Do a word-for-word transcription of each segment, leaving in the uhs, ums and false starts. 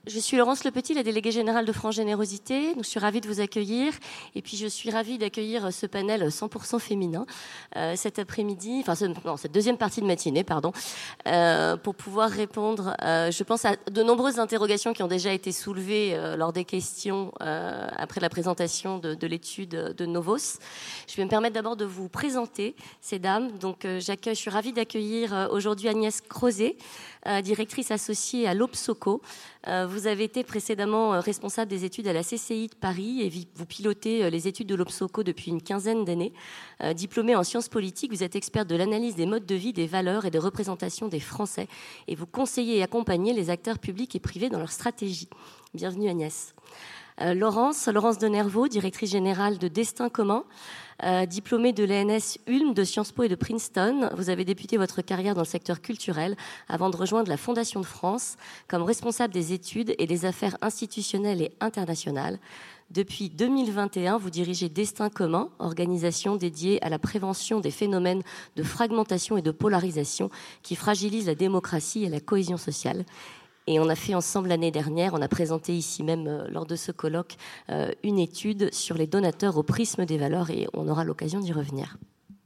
Je suis Laurence Lepetit, la déléguée générale de France Générosité. Donc, je suis ravie de vous accueillir. Et puis, je suis ravie d'accueillir ce panel cent pour cent féminin euh, cet après-midi, enfin, ce, non, cette deuxième partie de matinée, pardon, euh, pour pouvoir répondre, euh, je pense, à de nombreuses interrogations qui ont déjà été soulevées euh, lors des questions euh, après la présentation de, de l'étude de Novos. Je vais me permettre d'abord de vous présenter ces dames. Donc, euh, j'accueille, je suis ravie d'accueillir euh, aujourd'hui Agnès Crozet, euh, directrice associée à l'Obsoco. Euh, vous avez été précédemment responsable des études à la C C I de Paris et vous pilotez les études de l'Obsoco depuis une quinzaine d'années. Euh, diplômée en sciences politiques, vous êtes experte de l'analyse des modes de vie, des valeurs et des représentations des Français et vous conseillez et accompagnez les acteurs publics et privés dans leur stratégie. Bienvenue Agnès. Euh, Laurence, Laurence de Nervaux, directrice générale de Destin commun. Euh, diplômée de l'E N S Ulm, de Sciences Po et de Princeton, vous avez débuté votre carrière dans le secteur culturel avant de rejoindre la Fondation de France comme responsable des études et des affaires institutionnelles et internationales. Depuis deux mille vingt et un, vous dirigez Destin commun, organisation dédiée à la prévention des phénomènes de fragmentation et de polarisation qui fragilisent la démocratie et la cohésion sociale. Et on a fait ensemble l'année dernière, on a présenté ici même euh, lors de ce colloque euh, une étude sur les donateurs au prisme des valeurs et on aura l'occasion d'y revenir.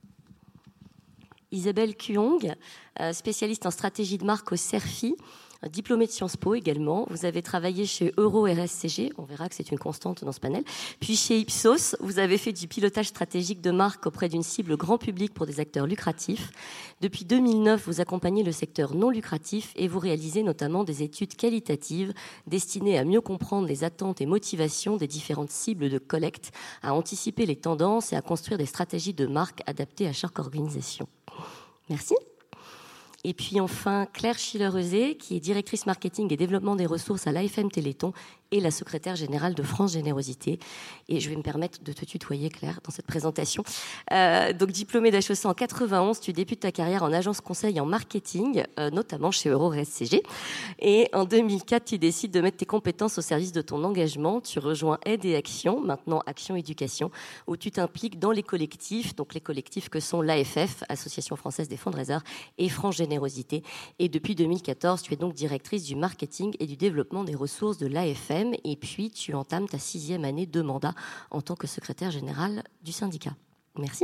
Isabelle Kuong, euh, spécialiste en stratégie de marque au CERFI, diplômée de Sciences Po également. Vous avez travaillé chez Euro R S C G, on verra que c'est une constante dans ce panel. Puis chez Ipsos, vous avez fait du pilotage stratégique de marque auprès d'une cible grand public pour des acteurs lucratifs. Depuis deux mille neuf, vous accompagnez le secteur non lucratif et vous réalisez notamment des études qualitatives destinées à mieux comprendre les attentes et motivations des différentes cibles de collecte, à anticiper les tendances et à construire des stratégies de marque adaptées à chaque organisation. Merci. Et puis enfin, Claire Schiller-Euzet, qui est directrice marketing et développement des ressources à l'A F M Téléthon et la secrétaire générale de France Générosité. Et je vais me permettre de te tutoyer, Claire, dans cette présentation. Euh, donc, diplômée d'H E C en quatre-vingt-onze, tu débutes ta carrière en agence conseil en marketing, euh, notamment chez Euro R S C G. Et en deux mille quatre, tu décides de mettre tes compétences au service de ton engagement. Tu rejoins Aide et Action, maintenant Action Éducation, où tu t'impliques dans les collectifs, donc les collectifs que sont l'A F F, Association française des fundraisers, et France Générosité. Et depuis deux mille quatorze, tu es donc directrice du marketing et du développement des ressources de l'A F M. Et puis, tu entames ta sixième année de mandat en tant que secrétaire générale du syndicat. Merci.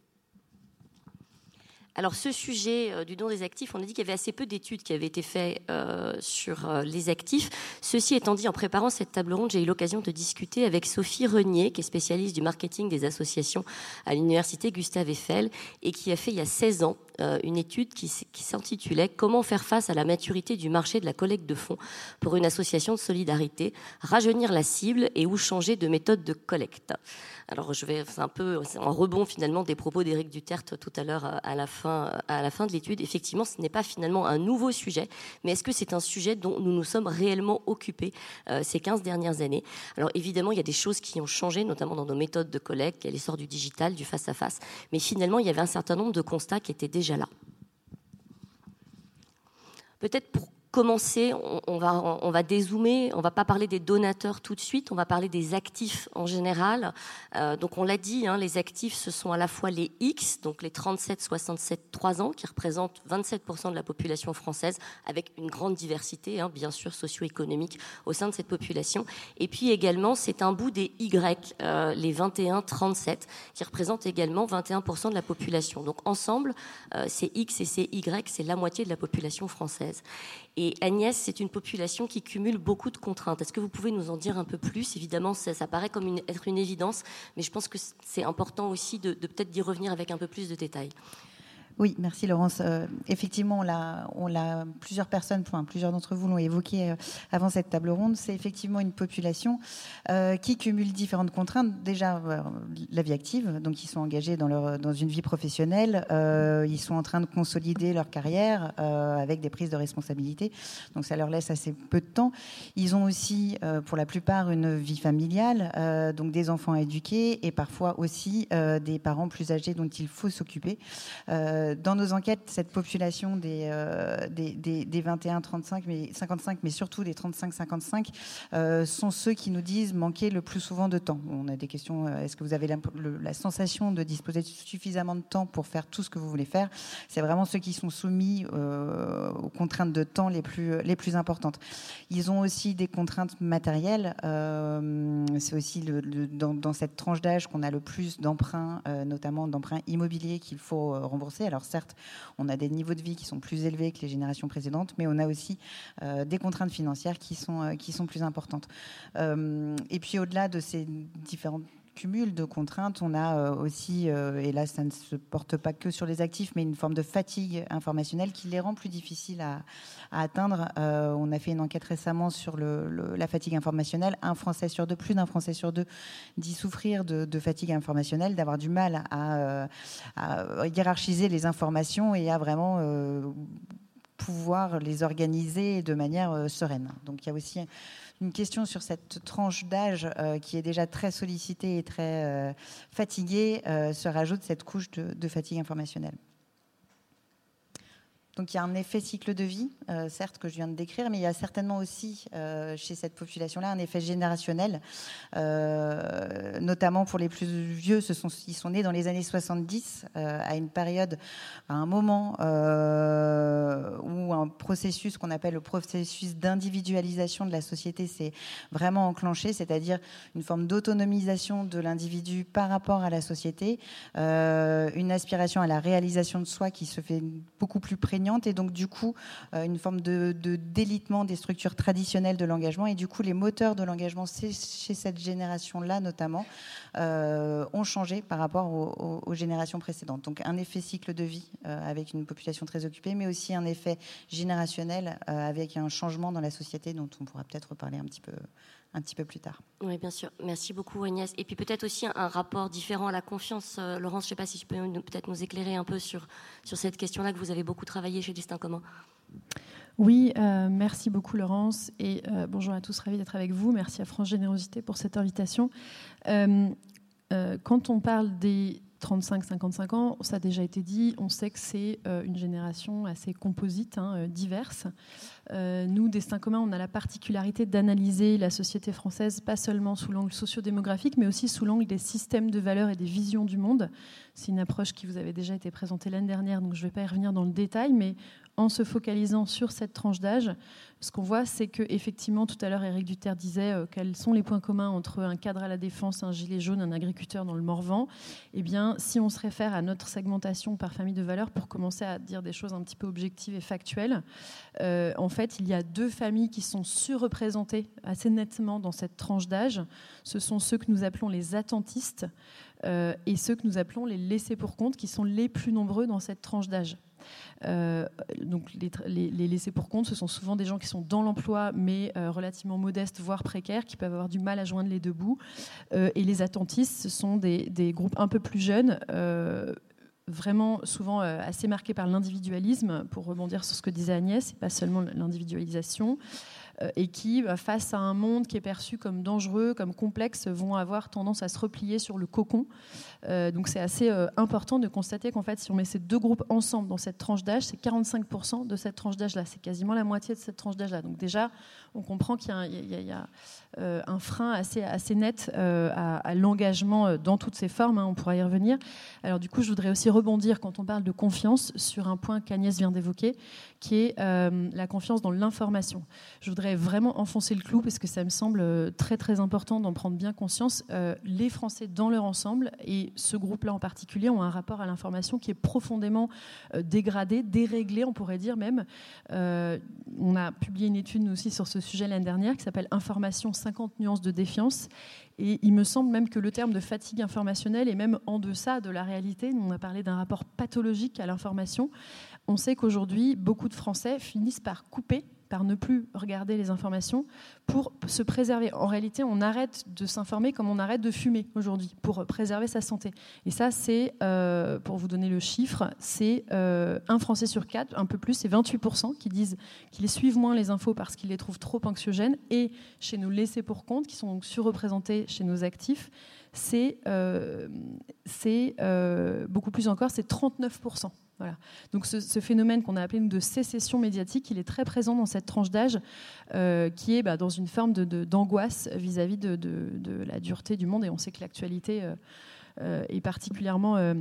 Alors, ce sujet euh, du don des actifs, on a dit qu'il y avait assez peu d'études qui avaient été faites euh, sur euh, les actifs. Ceci étant dit, en préparant cette table ronde, j'ai eu l'occasion de discuter avec Sophie Renier, qui est spécialiste du marketing des associations à l'université Gustave Eiffel et qui a fait il y a seize ans euh, une étude qui, qui s'intitulait « Comment faire face à la maturité du marché de la collecte de fonds pour une association de solidarité, rajeunir la cible et ou changer de méthode de collecte ». Alors, je vais, c'est un peu en rebond finalement des propos d'Éric Duterte tout à l'heure à la fin, à la fin de l'étude. Effectivement, ce n'est pas finalement un nouveau sujet, mais est-ce que c'est un sujet dont nous nous sommes réellement occupés euh, ces quinze dernières années? Alors, évidemment, il y a des choses qui ont changé, notamment dans nos méthodes de collecte, il y a l'essor du digital, du face-à-face, mais finalement, il y avait un certain nombre de constats qui étaient déjà là. Peut-être pour commencer, on, on, va, on va dézoomer, on ne va pas parler des donateurs tout de suite, on va parler des actifs en général. Euh, donc on l'a dit, hein, les actifs, ce sont à la fois les X, donc les trente-sept soixante-sept trois ans, qui représentent vingt-sept pour cent de la population française, avec une grande diversité, hein, bien sûr, socio-économique au sein de cette population. Et puis également, c'est un bout des Y, euh, les vingt et un trente-sept, qui représentent également vingt et un pour cent de la population. Donc ensemble, euh, ces X et ces Y, c'est la moitié de la population française. Et Agnès, c'est une population qui cumule beaucoup de contraintes. Est-ce que vous pouvez nous en dire un peu plus? Évidemment, ça, ça paraît comme une, être une évidence, mais je pense que c'est important aussi de, de peut-être d'y revenir avec un peu plus de détails. Oui, merci Laurence. Euh, effectivement, on l'a, on l'a, plusieurs personnes, enfin, plusieurs d'entre vous l'ont évoqué euh, avant cette table ronde. C'est effectivement une population euh, qui cumule différentes contraintes. Déjà, euh, la vie active, donc ils sont engagés dans, leur, dans une vie professionnelle. Euh, ils sont en train de consolider leur carrière euh, avec des prises de responsabilité. Donc ça leur laisse assez peu de temps. Ils ont aussi, euh, pour la plupart, une vie familiale, euh, donc des enfants à éduquer et parfois aussi euh, des parents plus âgés dont il faut s'occuper. Euh, euh, dans nos enquêtes, cette population des, euh, des, des, des vingt et un trente-cinq, mais cinquante-cinq, mais surtout des trente-cinq cinquante-cinq, euh, sont ceux qui nous disent manquer le plus souvent de temps. On a des questions, euh, est-ce que vous avez la, le, la sensation de disposer de suffisamment de temps pour faire tout ce que vous voulez faire? C'est vraiment ceux qui sont soumis euh, aux contraintes de temps les plus, les plus importantes. Ils ont aussi des contraintes matérielles. Euh, c'est aussi le, le, dans, dans cette tranche d'âge qu'on a le plus d'emprunts, euh, notamment d'emprunts immobiliers qu'il faut euh, rembourser. Alors certes, on a des niveaux de vie qui sont plus élevés que les générations précédentes, mais on a aussi euh, des contraintes financières qui sont, euh, qui sont plus importantes. Euh, et puis au-delà de ces différentes cumul de contraintes, on a euh, aussi, euh, et là ça ne se porte pas que sur les actifs, mais une forme de fatigue informationnelle qui les rend plus difficiles à, à atteindre. Euh, on a fait une enquête récemment sur le, le, la fatigue informationnelle. Un Français sur deux, plus d'un Français sur deux dit souffrir de, de fatigue informationnelle, d'avoir du mal à, à hiérarchiser les informations et à vraiment euh, pouvoir les organiser de manière euh, sereine. Donc il y a aussi une question sur cette tranche d'âge euh, qui est déjà très sollicitée et très euh, fatiguée, euh, se rajoute cette couche de, de fatigue informationnelle. Donc il y a un effet cycle de vie, euh, certes, que je viens de décrire, mais il y a certainement aussi euh, chez cette population-là un effet générationnel, euh, notamment pour les plus vieux. Ce sont, ils sont nés dans les années soixante-dix, euh, à une période, à un moment euh, où un processus qu'on appelle le processus d'individualisation de la société s'est vraiment enclenché, c'est-à-dire une forme d'autonomisation de l'individu par rapport à la société, euh, une aspiration à la réalisation de soi qui se fait beaucoup plus prégnante, et donc du coup euh, une forme de, de délitement des structures traditionnelles de l'engagement, et du coup les moteurs de l'engagement chez cette génération-là notamment euh, ont changé par rapport aux, aux, aux générations précédentes. Donc un effet cycle de vie euh, avec une population très occupée, mais aussi un effet générationnel euh, avec un changement dans la société dont on pourra peut-être reparler un petit peu un petit peu plus tard. Oui, bien sûr. Merci beaucoup, Agnès. Et puis peut-être aussi un, un rapport différent à la confiance. Euh, Laurence, je ne sais pas si tu peux nous, peut-être nous éclairer un peu sur, sur cette question-là que vous avez beaucoup travaillé chez Destin Commun. Oui, euh, merci beaucoup, Laurence. Et euh, bonjour à tous, ravi d'être avec vous. Merci à France Générosité pour cette invitation. Euh, euh, quand on parle des trente-cinq cinquante-cinq ans, ça a déjà été dit, on sait que c'est euh, une génération assez composite, hein, euh, diverse. Euh, nous, Destin Commun, on a la particularité d'analyser la société française, pas seulement sous l'angle sociodémographique, mais aussi sous l'angle des systèmes de valeurs et des visions du monde. C'est une approche qui vous avait déjà été présentée l'année dernière, donc je ne vais pas y revenir dans le détail, mais en se focalisant sur cette tranche d'âge, ce qu'on voit, c'est qu'effectivement, tout à l'heure, Éric Duterre disait euh, quels sont les points communs entre un cadre à la défense, un gilet jaune, un agriculteur dans le Morvan. Eh bien, si on se réfère à notre segmentation par famille de valeurs, pour commencer à dire des choses un petit peu objectives et factuelles, euh, en fait, il y a deux familles qui sont surreprésentées assez nettement dans cette tranche d'âge. Ce sont ceux que nous appelons les attentistes euh, et ceux que nous appelons les laissés pour compte, qui sont les plus nombreux dans cette tranche d'âge. Euh, donc les, les, les laissés pour compte, ce sont souvent des gens qui sont dans l'emploi mais euh, relativement modestes, voire précaires, qui peuvent avoir du mal à joindre les deux bouts. Euh, et les attentistes, ce sont des, des groupes un peu plus jeunes, euh, vraiment souvent euh, assez marqués par l'individualisme, pour rebondir sur ce que disait Agnès, et pas seulement l'individualisation, euh, et qui, euh, face à un monde qui est perçu comme dangereux, comme complexe, vont avoir tendance à se replier sur le cocon. Euh, donc c'est assez euh, important de constater qu'en fait, si on met ces deux groupes ensemble dans cette tranche d'âge, c'est quarante-cinq pour cent de cette tranche d'âge-là. C'est quasiment la moitié de cette tranche d'âge-là. Donc déjà, on comprend qu'il y a un, il y a, il y a, euh, un frein assez, assez net euh, à, à l'engagement dans toutes ses formes. Hein, on pourra y revenir. Alors du coup, je voudrais aussi rebondir, quand on parle de confiance, sur un point qu'Agnès vient d'évoquer, qui est euh, la confiance dans l'information. Je voudrais vraiment enfoncer le clou, parce que ça me semble très très important d'en prendre bien conscience. Euh, les Français dans leur ensemble, et ce groupe-là en particulier, ont un rapport à l'information qui est profondément euh, dégradé, déréglé, on pourrait dire même. Euh, on a publié une étude nous aussi sur ce sujet l'année dernière qui s'appelle « Information, cinquante nuances de défiance ». Et il me semble même que le terme de fatigue informationnelle est même en deçà de la réalité. On a parlé d'un rapport pathologique à l'information. On sait qu'aujourd'hui, beaucoup de Français finissent par couper, par ne plus regarder les informations pour se préserver. En réalité, on arrête de s'informer comme on arrête de fumer aujourd'hui pour préserver sa santé. Et ça, c'est, euh, pour vous donner le chiffre, c'est euh, un Français sur quatre, un peu plus, c'est vingt-huit pour cent qui disent qu'ils suivent moins les infos parce qu'ils les trouvent trop anxiogènes. Et chez nos laissés pour compte, qui sont donc surreprésentés chez nos actifs, c'est, euh, c'est euh, beaucoup plus encore, c'est trente-neuf pour cent. Voilà. Donc ce, ce phénomène qu'on a appelé nous, de sécession médiatique, il est très présent dans cette tranche d'âge euh, qui est bah, dans une forme de, de, d'angoisse vis-à-vis de, de, de la dureté du monde. Et on sait que l'actualité euh, euh, est particulièrement euh,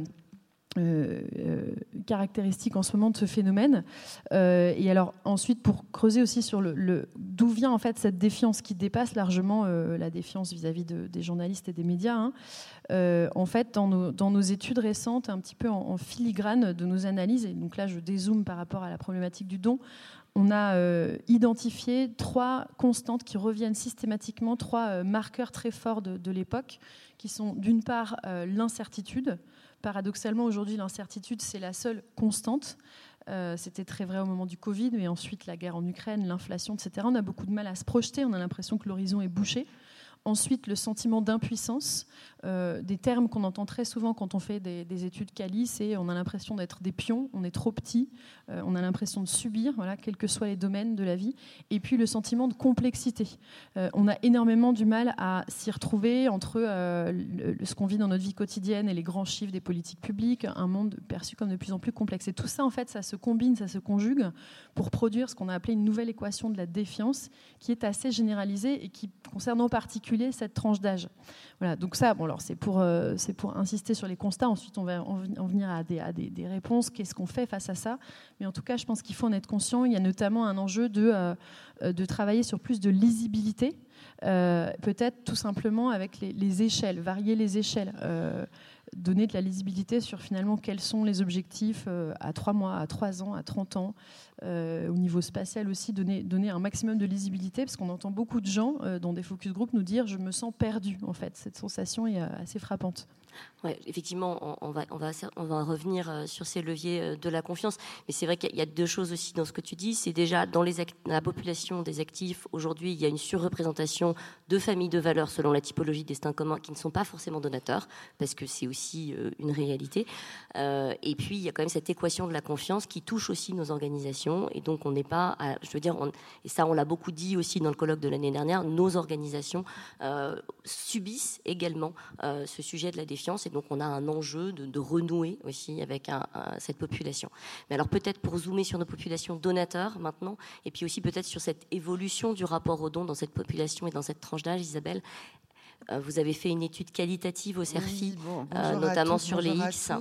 euh, euh, caractéristique en ce moment de ce phénomène. Euh, et alors ensuite, pour creuser aussi sur le, le, d'où vient en fait cette défiance qui dépasse largement euh, la défiance vis-à-vis de, des journalistes et des médias, hein. Euh, en fait, dans nos, dans nos études récentes, un petit peu en, en filigrane de nos analyses, et donc là je dézoome par rapport à la problématique du don, on a euh, identifié trois constantes qui reviennent systématiquement, trois euh, marqueurs très forts de, de l'époque, qui sont d'une part euh, l'incertitude. Paradoxalement, aujourd'hui, l'incertitude, c'est la seule constante. Euh, c'était très vrai au moment du Covid, mais ensuite la guerre en Ukraine, l'inflation, et cetera. On a beaucoup de mal à se projeter, on a l'impression que l'horizon est bouché. Ensuite, le sentiment d'impuissance, euh, des termes qu'on entend très souvent quand on fait des, des études quali, c'est on a l'impression d'être des pions, on est trop petit, euh, on a l'impression de subir, voilà, quels que soient les domaines de la vie. Et puis le sentiment de complexité. Euh, on a énormément du mal à s'y retrouver entre euh, le, ce qu'on vit dans notre vie quotidienne et les grands chiffres des politiques publiques, un monde perçu comme de plus en plus complexe. Et tout ça, en fait, ça se combine, ça se conjugue pour produire ce qu'on a appelé une nouvelle équation de la défiance, qui est assez généralisée et qui concerne en particulier cette tranche d'âge. Voilà, donc ça, bon, alors c'est pour, euh, c'est pour insister sur les constats. Ensuite, on va en, en venir à, des, à des, des réponses. Qu'est-ce qu'on fait face à ça ? Mais en tout cas, je pense qu'il faut en être conscient. Il y a notamment un enjeu de, euh, de travailler sur plus de lisibilité, euh, peut-être tout simplement avec les, les échelles, varier les échelles. Euh, donner de la lisibilité sur finalement quels sont les objectifs euh, à trois mois, à trois ans, à trente ans, euh, au niveau spatial aussi, donner, donner un maximum de lisibilité, parce qu'on entend beaucoup de gens euh, dans des focus group nous dire « je me sens perdu », en fait. Cette sensation est euh, assez frappante. Ouais, effectivement, on, on, va, on, va, on va revenir sur ces leviers de la confiance. Mais c'est vrai qu'il y a deux choses aussi dans ce que tu dis. C'est déjà, dans, les act- dans la population des actifs, aujourd'hui, il y a une surreprésentation de familles de valeurs selon la typologie de destin commun qui ne sont pas forcément donateurs, parce que c'est aussi euh, une réalité. Euh, et puis, il y a quand même cette équation de la confiance qui touche aussi nos organisations. Et donc, on n'est pas... À, je veux dire, on, et ça, on l'a beaucoup dit aussi dans le colloque de l'année dernière, nos organisations euh, subissent également euh, ce sujet de la défiance. Et donc, on a un enjeu de, de renouer aussi avec un, un, cette population. Mais alors, peut-être pour zoomer sur nos populations donateurs maintenant, et puis aussi peut-être sur cette évolution du rapport aux dons dans cette population et dans cette tranche d'âge, Isabelle, euh, vous avez fait une étude qualitative au CERFI, oui, bon, euh, notamment tous, sur les X.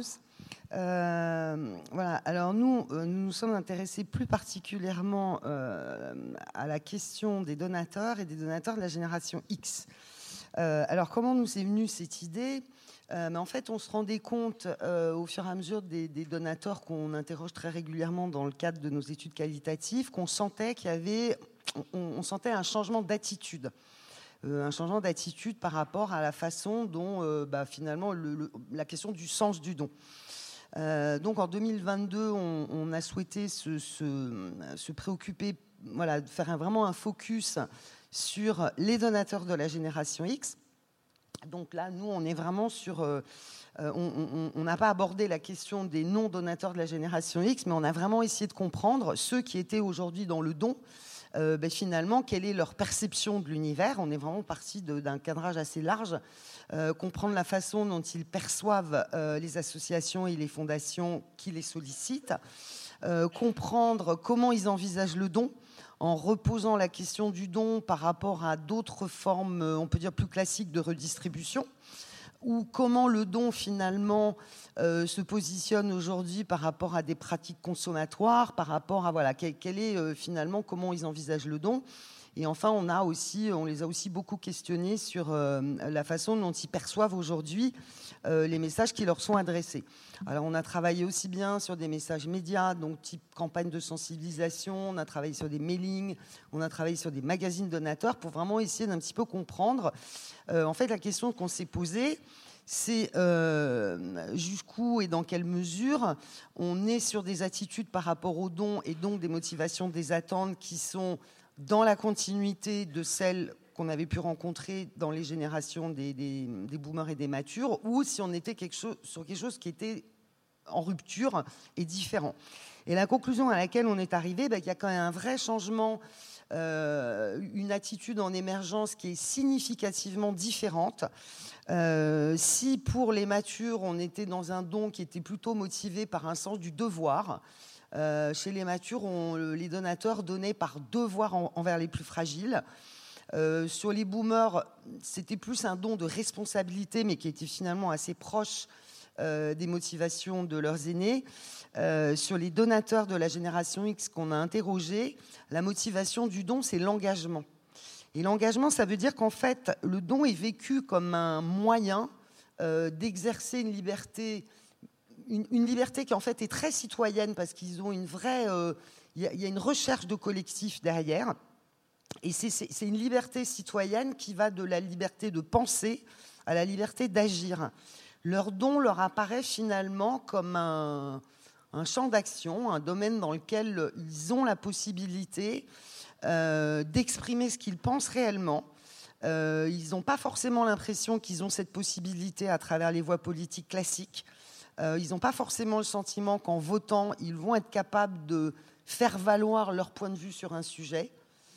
Euh, voilà. Alors nous, euh, nous nous sommes intéressés plus particulièrement euh, à la question des donateurs et des donateurs de la génération X. Euh, alors, comment nous est venue cette idée ? Euh, mais en fait, on se rendait compte euh, au fur et à mesure des, des donateurs qu'on interroge très régulièrement dans le cadre de nos études qualitatives, qu'on sentait qu'il y avait, on, on sentait un changement d'attitude, euh, un changement d'attitude par rapport à la façon dont, euh, bah, finalement, le, le, la question du sens du don. Euh, donc, en deux mille vingt-deux, on, on a souhaité se, se, se préoccuper, voilà, de faire un, vraiment un focus sur les donateurs de la génération X. Donc là, nous, on est vraiment sur... Euh, on n'a pas abordé la question des non-donateurs de la génération X, mais on a vraiment essayé de comprendre ceux qui étaient aujourd'hui dans le don, euh, ben finalement, quelle est leur perception de l'univers. On est vraiment parti d'un cadrage assez large, euh, comprendre la façon dont ils perçoivent euh, les associations et les fondations qui les sollicitent, euh, comprendre comment ils envisagent le don, en reposant la question du don par rapport à d'autres formes, on peut dire plus classiques de redistribution, ou comment le don finalement euh, se positionne aujourd'hui par rapport à des pratiques consommatoires, par rapport à voilà, quel, quel est euh, finalement comment ils envisagent le don. Et enfin, on a aussi, on les a aussi beaucoup questionnés sur euh, la façon dont ils perçoivent aujourd'hui euh, les messages qui leur sont adressés. Alors, on a travaillé aussi bien sur des messages médias, donc type campagne de sensibilisation, on a travaillé sur des mailings, on a travaillé sur des magazines donateurs pour vraiment essayer d'un petit peu comprendre. Euh, en fait, la question qu'on s'est posée, c'est euh, jusqu'où et dans quelle mesure on est sur des attitudes par rapport aux dons et donc des motivations, des attentes qui sont dans la continuité de celles qu'on avait pu rencontrer dans les générations des, des, des boomers et des matures, ou si on était quelque chose, sur quelque chose qui était en rupture et différent. Et la conclusion à laquelle on est arrivé, ben, qu'il y a quand même un vrai changement euh, une attitude en émergence qui est significativement différente. Euh, si pour les matures, on était dans un don qui était plutôt motivé par un sens du devoir, euh, chez les matures, on, les donateurs donnaient par devoir en, envers les plus fragiles. Euh, sur les boomers, c'était plus un don de responsabilité, mais qui était finalement assez proche euh, des motivations de leurs aînés. Euh, sur les donateurs de la génération X qu'on a interrogés, la motivation du don, c'est l'engagement. Et l'engagement, ça veut dire qu'en fait, le don est vécu comme un moyen euh, d'exercer une liberté, une, une liberté qui en fait est très citoyenne, parce qu'ils ont une vraie... Il euh, y, y a une recherche de collectif derrière. Et c'est, c'est, c'est une liberté citoyenne qui va de la liberté de penser à la liberté d'agir. Leur don leur apparaît finalement comme un, un champ d'action, un domaine dans lequel ils ont la possibilité euh, d'exprimer ce qu'ils pensent réellement. Euh, ils n'ont pas forcément l'impression qu'ils ont cette possibilité à travers les voies politiques classiques. Euh, ils n'ont pas forcément le sentiment qu'en votant, ils vont être capables de faire valoir leur point de vue sur un sujet.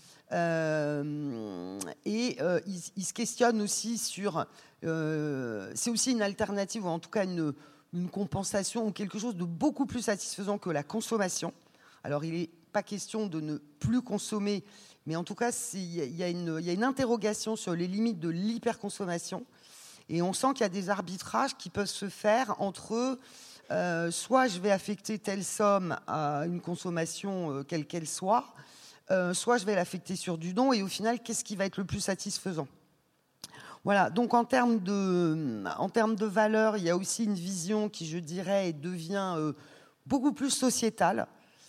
Euh, et euh, ils, ils se questionnent aussi sur... Euh, c'est aussi une alternative, ou en tout cas une, une compensation, ou quelque chose de beaucoup plus satisfaisant que la consommation. Alors, il n'est pas question de ne plus consommer, mais en tout cas, il y, y a une interrogation sur les limites de l'hyperconsommation. Et on sent qu'il y a des arbitrages qui peuvent se faire entre... Euh, soit je vais affecter telle somme à une consommation, euh, quelle qu'elle soit, Euh, soit je vais l'affecter sur du don, et au final, qu'est-ce qui va être le plus satisfaisant? Voilà, donc en termes de, en termes de valeur, il y a aussi une vision qui, je dirais, devient euh, beaucoup plus sociétale.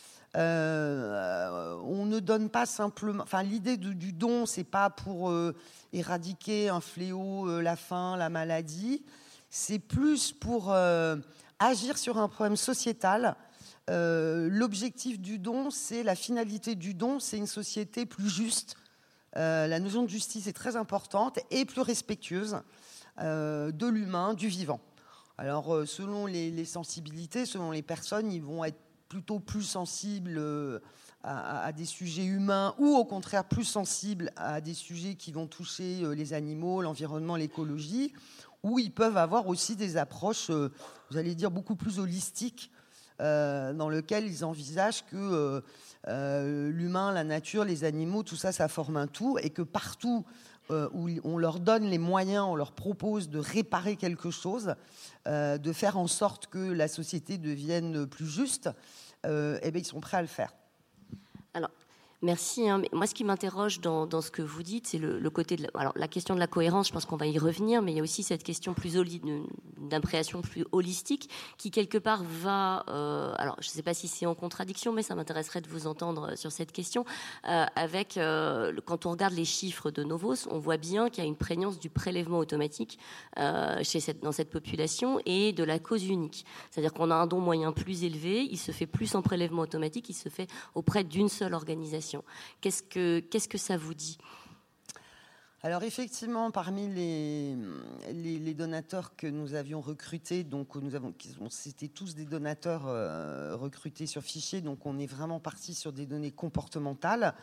Euh, on ne donne pas simplement... Enfin, l'idée de, du don, c'est pas pour euh, éradiquer un fléau, euh, la faim, la maladie. C'est plus pour euh, agir sur un problème sociétal. Euh, l'objectif du don, c'est la finalité du don, c'est une société plus juste. Euh, la notion de justice est très importante et plus respectueuse euh, de l'humain, du vivant. Alors, euh, selon les, les sensibilités, selon les personnes, ils vont être plutôt plus sensibles euh, à, à des sujets humains, ou au contraire plus sensibles à des sujets qui vont toucher euh, les animaux, l'environnement, l'écologie, ou ils peuvent avoir aussi des approches, euh, vous allez dire, beaucoup plus holistiques, Euh, dans lequel ils envisagent que euh, euh, l'humain, la nature, les animaux, tout ça, ça forme un tout, et que partout euh, où on leur donne les moyens, on leur propose de réparer quelque chose, euh, de faire en sorte que la société devienne plus juste, euh, eh bien, ils sont prêts à le faire. Alors, merci. Hein. Mais moi, ce qui m'interroge dans, dans ce que vous dites, c'est le, le côté de la, alors, la question de la cohérence. Je pense qu'on va y revenir, mais il y a aussi cette question plus d'impréation plus holistique qui quelque part va. Euh, alors, je ne sais pas si c'est en contradiction, mais ça m'intéresserait de vous entendre sur cette question. Euh, avec euh, quand on regarde les chiffres de Novos, on voit bien qu'il y a une prégnance du prélèvement automatique euh, chez cette, dans cette population et de la cause unique. C'est-à-dire qu'on a un don moyen plus élevé, il se fait plus en prélèvement automatique, il se fait auprès d'une seule organisation. Qu'est-ce que, qu'est-ce que ça vous dit? Alors effectivement, parmi les, les, les donateurs que nous avions recrutés, donc nous avons, c'était tous des donateurs euh, recrutés sur fichier, donc on est vraiment parti sur des données comportementales.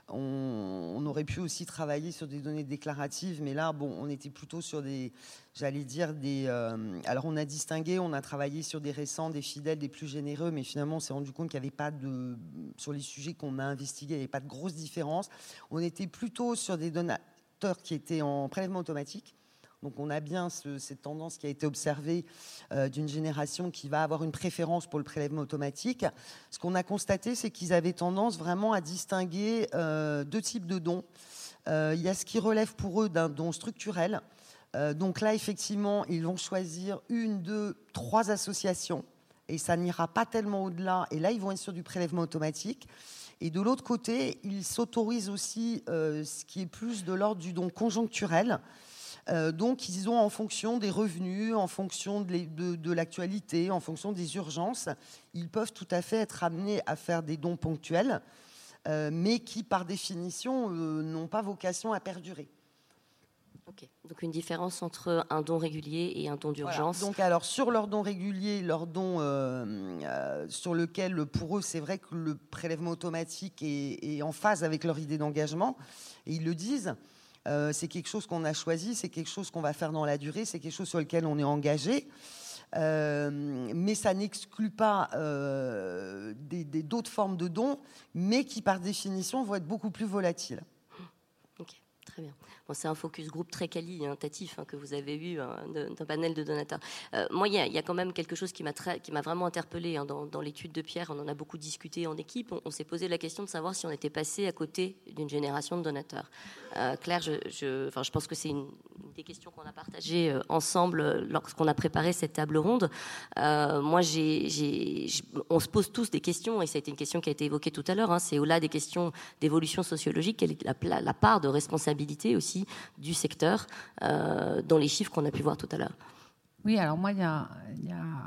On, on aurait pu aussi travailler sur des données déclaratives, mais là, bon, on était plutôt sur des, j'allais dire des. Euh, alors on a distingué, on a travaillé sur des récents, des fidèles, des plus généreux, mais finalement on s'est rendu compte qu'il n'y avait pas de, sur les sujets qu'on a investigués, il n'y avait pas de grosse différence. On était plutôt sur des donateurs qui étaient en prélèvement automatique. Donc on a bien ce, cette tendance qui a été observée euh, d'une génération qui va avoir une préférence pour le prélèvement automatique. Ce qu'on a constaté, c'est qu'ils avaient tendance vraiment à distinguer euh, deux types de dons. Euh, il y a ce qui relève pour eux d'un don structurel. Euh, donc là, effectivement, ils vont choisir une, deux, trois associations et ça n'ira pas tellement au-delà. Et là, ils vont être sur du prélèvement automatique. Et de l'autre côté, ils s'autorisent aussi euh, ce qui est plus de l'ordre du don conjoncturel. Euh, donc, ils ont en fonction des revenus, en fonction de, les, de, de l'actualité, en fonction des urgences, ils peuvent tout à fait être amenés à faire des dons ponctuels, euh, mais qui, par définition, euh, n'ont pas vocation à perdurer. Okay. Donc une différence entre un don régulier et un don d'urgence. Voilà. Donc alors sur leur don régulier, leur don euh, euh, sur lequel pour eux c'est vrai que le prélèvement automatique est, est en phase avec leur idée d'engagement, et ils le disent, euh, c'est quelque chose qu'on a choisi, c'est quelque chose qu'on va faire dans la durée, c'est quelque chose sur lequel on est engagé. Euh, mais ça n'exclut pas euh, des, des, d'autres formes de dons, mais qui par définition vont être beaucoup plus volatiles. Ok, très bien. Bon, c'est un focus group très qualitatif hein, que vous avez eu hein, d'un panel de donateurs. Euh, moi, il y, y a quand même quelque chose qui m'a, très, qui m'a vraiment interpellée hein, dans, dans l'étude de Pierre. On en a beaucoup discuté en équipe. On, on s'est posé la question de savoir si on était passé à côté d'une génération de donateurs. Euh, Claire, je, je, enfin, je pense que c'est une, une des questions qu'on a partagées euh, ensemble lorsqu'on a préparé cette table ronde. Euh, moi, j'ai, j'ai, on se pose tous des questions, et ça a été une question qui a été évoquée tout à l'heure. Hein, c'est au-delà des questions d'évolution sociologique, quelle est la, la part de responsabilité aussi du secteur euh, dans les chiffres qu'on a pu voir tout à l'heure. Oui, alors moi, il y a, y a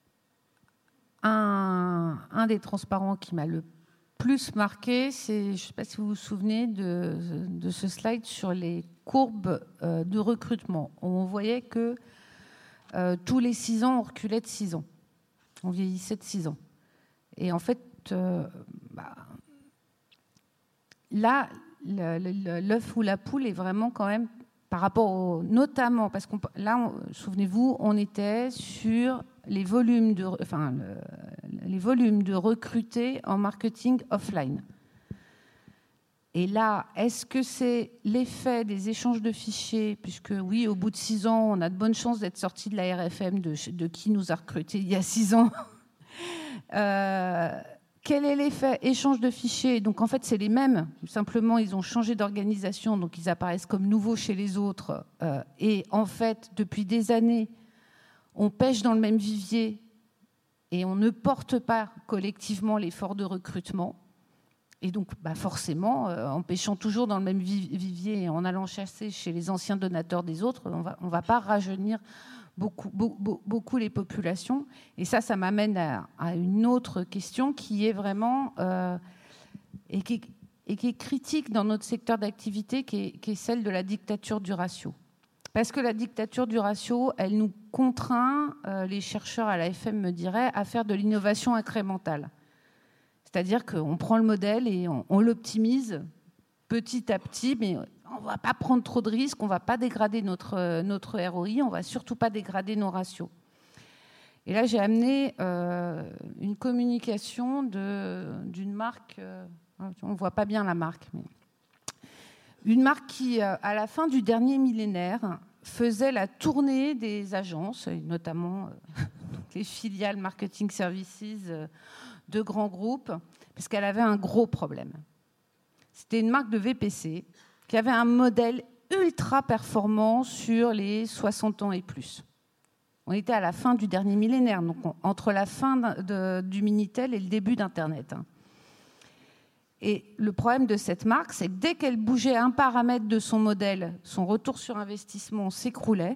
un, un des transparents qui m'a le plus marqué, c'est, je ne sais pas si vous vous souvenez de, de ce slide sur les courbes euh, de recrutement. On voyait que euh, tous les six ans, on reculait de six ans. On vieillissait de six ans. Et en fait, euh, bah, là, l'œuf ou la poule est vraiment quand même par rapport au, notamment parce qu'on là on, souvenez-vous on était sur les volumes de enfin le, les volumes de recrutés en marketing offline, et là est-ce que c'est l'effet des échanges de fichiers, puisque oui au bout de six ans on a de bonnes chances d'être sorti de la R F M de, de qui nous a recrutés il y a six ans. euh, Quel est l'effet échange de fichiers? Donc en fait, c'est les mêmes. Simplement, ils ont changé d'organisation, donc ils apparaissent comme nouveaux chez les autres. Euh, et en fait, depuis des années, on pêche dans le même vivier et on ne porte pas collectivement l'effort de recrutement. Et donc, bah forcément, euh, en pêchant toujours dans le même vivier et en allant chasser chez les anciens donateurs des autres, on va, on va pas rajeunir Beaucoup, beaucoup, beaucoup les populations. Et ça, ça m'amène à, à une autre question qui est vraiment euh, et, qui, et qui est critique dans notre secteur d'activité, qui est, qui est celle de la dictature du ratio. Parce que la dictature du ratio, elle nous contraint, euh, les chercheurs à l'A F M me diraient, à faire de l'innovation incrémentale. C'est-à-dire qu'on prend le modèle et on, on l'optimise petit à petit, mais on ne va pas prendre trop de risques, on ne va pas dégrader notre, notre R O I, on ne va surtout pas dégrader nos ratios. Et là, j'ai amené euh, une communication de, d'une marque, euh, on ne voit pas bien la marque, mais une marque qui, à la fin du dernier millénaire, faisait la tournée des agences, et notamment euh, les filiales marketing services de grands groupes, parce qu'elle avait un gros problème. C'était une marque de V P C qui avait un modèle ultra performant sur les soixante ans et plus. On était à la fin du dernier millénaire, donc on, entre la fin de, du Minitel et le début d'Internet. Hein. Et le problème de cette marque, c'est que dès qu'elle bougeait un paramètre de son modèle, son retour sur investissement s'écroulait.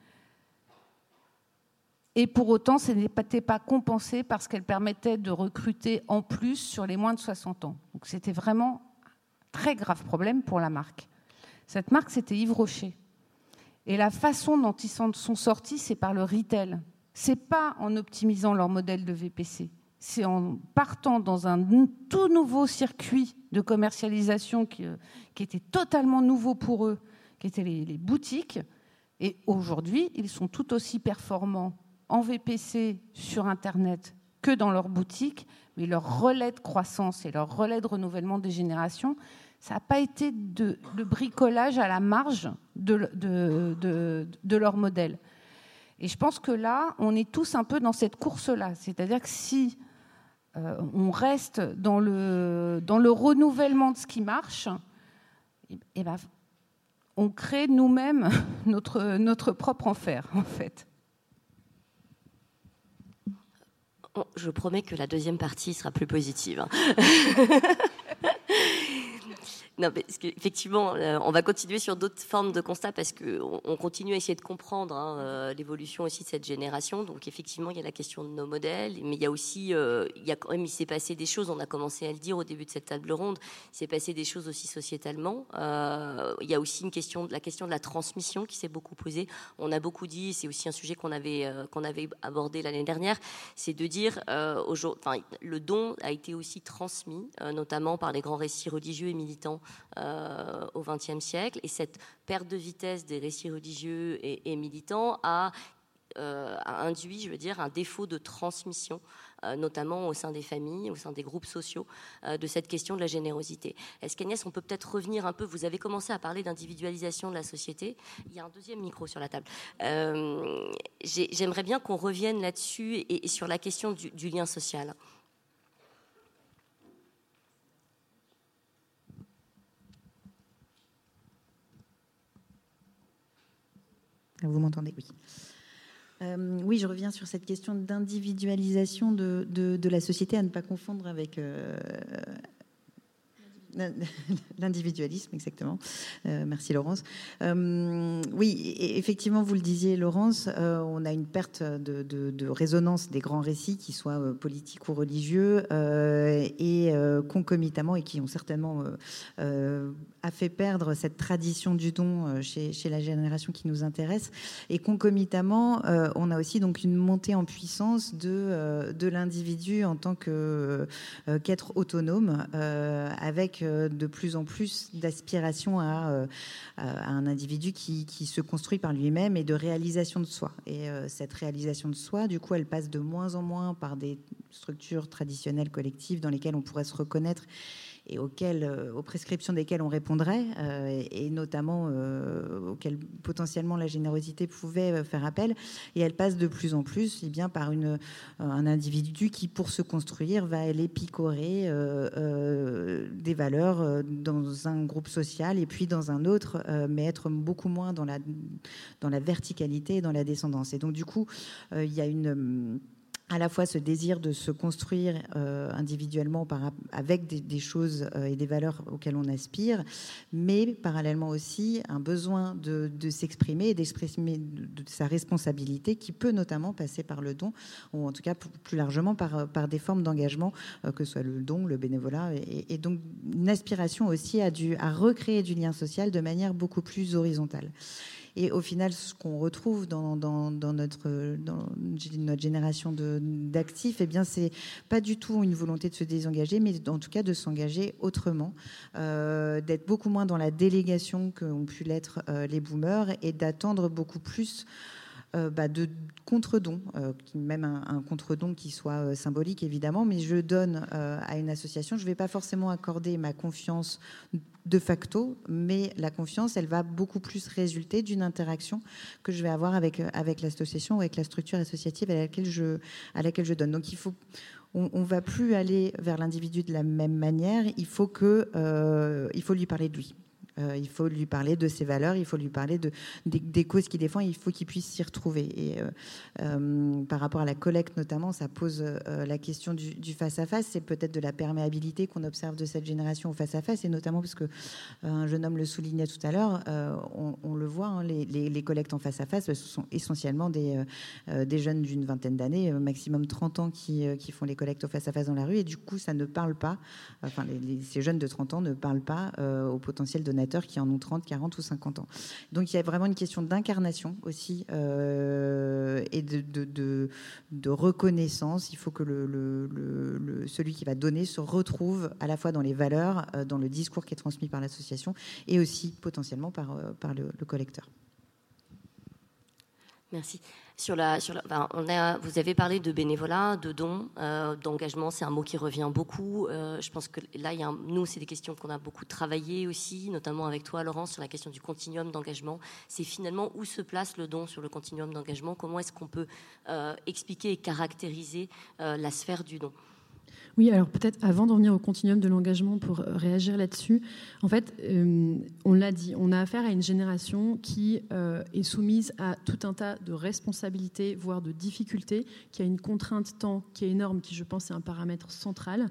Et pour autant, ce n'était pas compensé parce qu'elle permettait de recruter en plus sur les moins de soixante ans. Donc c'était vraiment très grave problème pour la marque. Cette marque, c'était Yves Rocher. Et la façon dont ils sont sortis, c'est par le retail. Ce n'est pas en optimisant leur modèle de V P C. C'est en partant dans un tout nouveau circuit de commercialisation qui, qui était totalement nouveau pour eux, qui étaient les, les boutiques. Et aujourd'hui, ils sont tout aussi performants en V P C sur Internet que dans leurs boutiques, mais leur relais de croissance et leur relais de renouvellement des générations, ça n'a pas été de, de bricolage à la marge de, de, de, de leur modèle. Et je pense que là, on est tous un peu dans cette course-là. C'est-à-dire que si euh, on reste dans le, dans le renouvellement de ce qui marche, et, et ben, on crée nous-mêmes notre, notre propre enfer, en fait. Je promets que la deuxième partie sera plus positive. Non, parce qu'effectivement, euh, on va continuer sur d'autres formes de constats parce qu'on on continue à essayer de comprendre hein, euh, l'évolution aussi de cette génération. Donc effectivement, il y a la question de nos modèles, mais il y a aussi, euh, il y a quand même, il s'est passé des choses. On a commencé à le dire au début de cette table ronde. Il s'est passé des choses aussi sociétalement. Euh, il y a aussi une question, la question de la transmission qui s'est beaucoup posée. On a beaucoup dit, c'est aussi un sujet qu'on avait euh, qu'on avait abordé l'année dernière, c'est de dire, euh, aujourd'hui, enfin, le don a été aussi transmis, euh, notamment par les grands récits religieux et militants. Euh, au vingtième siècle, et cette perte de vitesse des récits religieux et, et militants a, euh, a induit, je veux dire, un défaut de transmission, euh, notamment au sein des familles, au sein des groupes sociaux, euh, de cette question de la générosité. Est-ce qu'Agnès, on peut peut-être revenir un peu, vous avez commencé à parler d'individualisation de la société, il y a un deuxième micro sur la table. Euh, j'aimerais bien qu'on revienne là-dessus et, et sur la question du, du lien social. Vous m'entendez? Oui. Euh, oui, je reviens sur cette question d'individualisation de, de, de la société, à ne pas confondre avec euh, l'individualisme, exactement. Euh, merci Laurence. Euh, oui, effectivement, vous le disiez Laurence, euh, on a une perte de, de, de résonance des grands récits, qu'ils soient euh, politiques ou religieux, euh, et euh, concomitamment, et qui ont certainement euh, euh, a fait perdre cette tradition du don euh, chez, chez la génération qui nous intéresse. Et concomitamment, euh, on a aussi donc une montée en puissance de, euh, de l'individu en tant que, euh, qu'être autonome, euh, avec de plus en plus d'aspiration à, à un individu qui, qui se construit par lui-même et de réalisation de soi. Et euh, cette réalisation de soi, du coup, elle passe de moins en moins par des structures traditionnelles collectives dans lesquelles on pourrait se reconnaître et auxquelles, euh, aux prescriptions desquelles on répondrait, euh, et, et notamment euh, auxquelles potentiellement la générosité pouvait faire appel. Et elle passe de plus en plus eh bien, par une, un individu qui, pour se construire, va aller picorer euh, euh, des valeurs dans un groupe social et puis dans un autre, euh, mais être beaucoup moins dans la, dans la verticalité et dans la descendance. Et donc, du coup, euh, il y a une... à la fois ce désir de se construire euh, individuellement par, avec des, des choses euh, et des valeurs auxquelles on aspire, mais parallèlement aussi un besoin de, de s'exprimer et d'exprimer de, de sa responsabilité qui peut notamment passer par le don, ou en tout cas plus largement par, par des formes d'engagement, euh, que ce soit le don, le bénévolat, et, et donc une aspiration aussi à, du, à recréer du lien social de manière beaucoup plus horizontale. Et au final, ce qu'on retrouve dans, dans, dans, notre, dans notre génération de, d'actifs, eh bien, c'est pas du tout une volonté de se désengager, mais en tout cas de s'engager autrement, euh, d'être beaucoup moins dans la délégation qu'ont pu l'être euh, les boomers, et d'attendre beaucoup plus Euh, bah, de contre-dons, euh, même un, un contre-don qui soit euh, symbolique évidemment, mais je donne euh, à une association, je ne vais pas forcément accorder ma confiance de facto, mais la confiance, elle va beaucoup plus résulter d'une interaction que je vais avoir avec, avec l'association ou avec la structure associative à laquelle je, à laquelle je donne. Donc il faut... on ne va plus aller vers l'individu de la même manière, il faut, que, euh, il faut lui parler de lui. Euh, il faut lui parler de ses valeurs, il faut lui parler de, des, des causes qu'il défend, il faut qu'il puisse s'y retrouver. Et euh, euh, par rapport à la collecte notamment, ça pose euh, la question du, du face-à-face, c'est peut-être de la perméabilité qu'on observe de cette génération au face-à-face, et notamment parce que euh, un jeune homme le soulignait tout à l'heure, euh, on, on le voit, hein, les, les, les collectes en face-à-face, ce sont essentiellement des, euh, des jeunes d'une vingtaine d'années, euh, maximum trente ans, qui, euh, qui font les collectes au face-à-face dans la rue, et du coup ça ne parle pas, enfin les, les, ces jeunes de trente ans ne parlent pas euh, au potentiel donateurs qui en ont trente, quarante ou cinquante ans. Donc il y a vraiment une question d'incarnation aussi, euh, et de, de, de, de reconnaissance. Il faut que le, le, le, le, celui qui va donner se retrouve à la fois dans les valeurs, euh, dans le discours qui est transmis par l'association, et aussi potentiellement par, euh, par le, le collecteur. Merci. Sur la, sur la, ben, on a, vous avez parlé de bénévolat, de dons, euh, d'engagement, c'est un mot qui revient beaucoup. Euh, je pense que là, il y a un, nous, c'est des questions qu'on a beaucoup travaillé aussi, notamment avec toi, Laurence, sur la question du continuum d'engagement. C'est finalement où se place le don sur le continuum d'engagement. Comment est-ce qu'on peut euh, expliquer et caractériser euh, la sphère du don ? Oui, alors peut-être avant d'en venir au continuum de l'engagement pour réagir là-dessus, en fait, euh, on l'a dit, on a affaire à une génération qui euh, est soumise à tout un tas de responsabilités, voire de difficultés, qui a une contrainte temps qui est énorme, qui je pense est un paramètre central,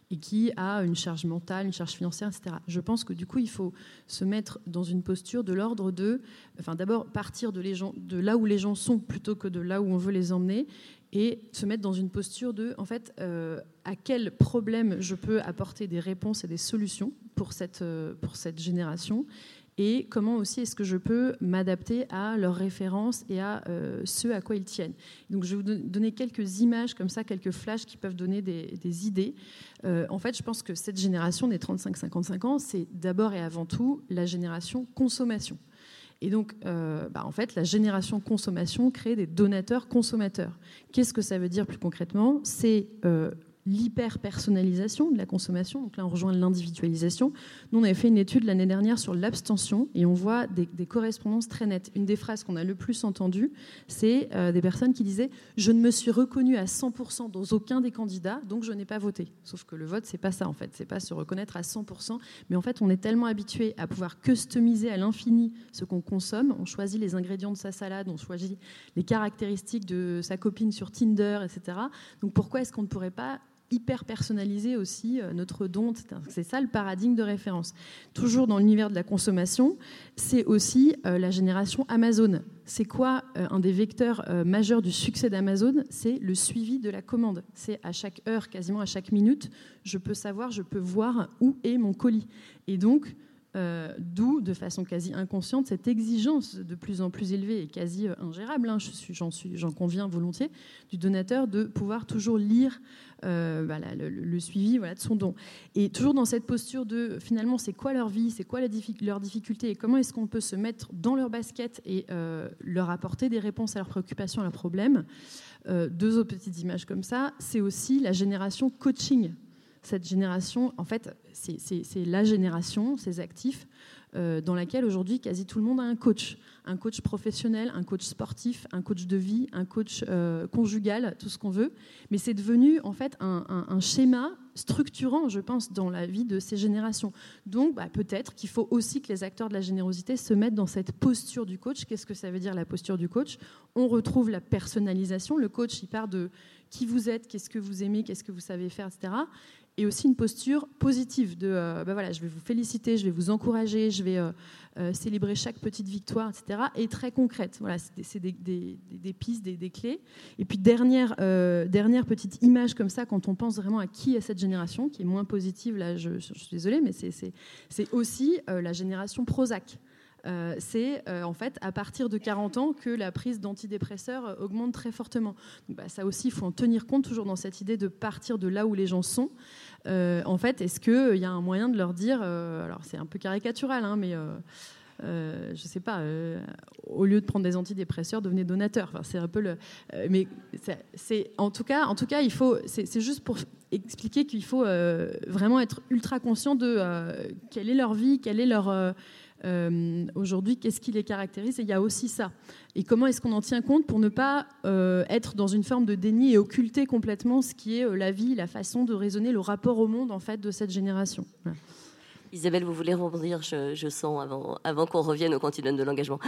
et qui a une charge mentale, une charge financière, et cetera. Je pense que du coup, il faut se mettre dans une posture de l'ordre de, enfin d'abord partir de, les gens, de là où les gens sont plutôt que de là où on veut les emmener, et se mettre dans une posture de, en fait, euh, à quel problème je peux apporter des réponses et des solutions pour cette, euh, pour cette génération, et comment aussi est-ce que je peux m'adapter à leurs références et à euh, ce à quoi ils tiennent. Donc je vais vous donner quelques images comme ça, quelques flashs qui peuvent donner des, des idées. Euh, en fait, je pense que cette génération des trente-cinq cinquante-cinq ans, c'est d'abord et avant tout la génération consommation. Et donc, euh, bah, en fait, la génération consommation crée des donateurs consommateurs. Qu'est-ce que ça veut dire plus concrètement ? C'est euh, l'hyper-personnalisation de la consommation. Donc là, on rejoint l'individualisation. Nous, on avait fait une étude l'année dernière sur l'abstention et on voit des, des correspondances très nettes. Une des phrases qu'on a le plus entendues, c'est euh, des personnes qui disaient « Je ne me suis reconnue à cent pour cent dans aucun des candidats, donc je n'ai pas voté ». Sauf que le vote, c'est pas ça, en fait. C'est pas se reconnaître à cent pour cent. Mais en fait, on est tellement habitué à pouvoir customiser à l'infini ce qu'on consomme. On choisit les ingrédients de sa salade, on choisit les caractéristiques de sa copine sur Tinder, et cetera. Donc pourquoi est-ce qu'on ne pourrait pas hyper personnaliser aussi notre don? C'est ça le paradigme de référence. Toujours dans l'univers de la consommation, c'est aussi euh, la génération Amazon. C'est quoi euh, un des vecteurs euh, majeurs du succès d'Amazon? C'est le suivi de la commande. C'est à chaque heure, quasiment à chaque minute, je peux savoir, je peux voir où est mon colis. Et donc, Euh, d'où, de façon quasi inconsciente, cette exigence de plus en plus élevée et quasi euh, ingérable, hein, je suis, j'en, suis, j'en conviens volontiers, du donateur de pouvoir toujours lire euh, voilà, le, le suivi voilà, de son don. Et toujours dans cette posture de, finalement, c'est quoi leur vie, c'est quoi la diffi- leurs difficultés et comment est-ce qu'on peut se mettre dans leur basket et euh, leur apporter des réponses à leurs préoccupations, à leurs problèmes. Euh, deux autres petites images comme ça, c'est aussi la génération coaching. Cette génération, en fait, c'est, c'est, c'est la génération, ces actifs, euh, dans laquelle aujourd'hui quasi tout le monde a un coach. Un coach professionnel, un coach sportif, un coach de vie, un coach euh, conjugal, tout ce qu'on veut. Mais c'est devenu en fait un, un, un schéma structurant, je pense, dans la vie de ces générations. Donc bah, peut-être qu'il faut aussi que les acteurs de la générosité se mettent dans cette posture du coach. Qu'est-ce que ça veut dire la posture du coach ? On retrouve la personnalisation. Le coach, il part de qui vous êtes, qu'est-ce que vous aimez, qu'est-ce que vous savez faire, et cetera. Et aussi une posture positive de euh, ben voilà, je vais vous féliciter, je vais vous encourager, je vais euh, euh, célébrer chaque petite victoire, et cetera. Et très concrète. Voilà, c'est des, c'est des, des, des pistes, des, des clés. Et puis dernière, euh, dernière petite image comme ça, quand on pense vraiment à qui est cette génération, qui est moins positive, là je, je suis désolée, mais c'est, c'est, c'est aussi euh, la génération Prozac. Euh, c'est euh, en fait à partir de quarante ans que la prise d'antidépresseurs euh, augmente très fortement. Donc, bah, ça aussi, il faut en tenir compte, toujours dans cette idée de partir de là où les gens sont. Euh, en fait, est-ce qu'il euh, y a un moyen de leur dire, euh, alors c'est un peu caricatural, hein, mais euh, euh, je ne sais pas, euh, au lieu de prendre des antidépresseurs, devenez donateur. Enfin, c'est un peu le, euh, mais c'est, c'est en tout cas, en tout cas, il faut, c'est, c'est juste pour expliquer qu'il faut euh, vraiment être ultra conscient de euh, quelle est leur vie, quelle est leur euh, Euh, aujourd'hui, qu'est-ce qui les caractérise ? Et il y a aussi ça. Et comment est-ce qu'on en tient compte pour ne pas euh, être dans une forme de déni et occulter complètement ce qui est euh, la vie, la façon de raisonner, le rapport au monde en fait de cette génération. Voilà. Isabelle, vous voulez rebondir, je, je sens, avant, avant qu'on revienne au continuum de l'engagement.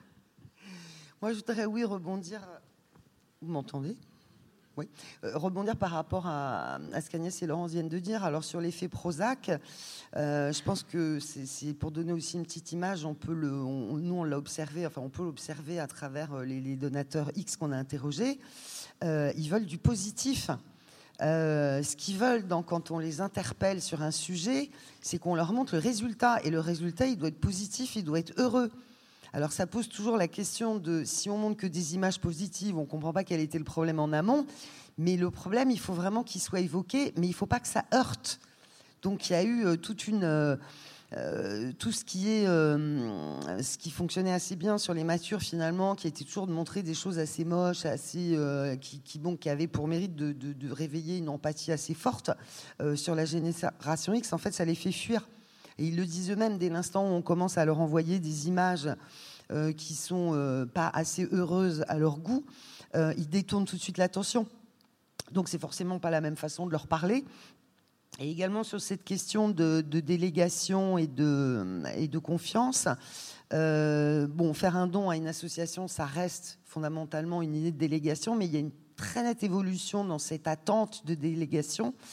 Moi, je voudrais, oui, rebondir. Vous m'entendez ? Oui, euh, rebondir par rapport à, à ce qu'Agnès et Laurence viennent de dire. Alors sur l'effet Prozac, euh, je pense que c'est, c'est pour donner aussi une petite image. On peut le, on, nous on l'a observé, enfin on peut l'observer à travers les, les donateurs X qu'on a interrogés. Euh, ils veulent du positif. Euh, ce qu'ils veulent donc, quand on les interpelle sur un sujet, c'est qu'on leur montre le résultat. Et le résultat, il doit être positif, il doit être heureux. Alors ça pose toujours la question de si on montre que des images positives, on ne comprend pas quel était le problème en amont, mais le problème, il faut vraiment qu'il soit évoqué, mais il ne faut pas que ça heurte. Donc il y a eu euh, toute une, euh, euh, tout ce qui est, euh, ce qui fonctionnait assez bien sur les matures finalement, qui était toujours de montrer des choses assez moches, assez, euh, qui, qui, bon, qui avaient pour mérite de, de, de réveiller une empathie assez forte euh, sur la génération X. En fait, ça les fait fuir. Et ils le disent eux-mêmes, dès l'instant où on commence à leur envoyer des images euh, qui ne sont euh, pas assez heureuses à leur goût, euh, ils détournent tout de suite l'attention. Donc c'est forcément pas la même façon de leur parler. Et également sur cette question de, de délégation et de, et de confiance, euh, bon, faire un don à une association, ça reste fondamentalement une idée de délégation, mais il y a une très nette évolution dans cette attente de délégation.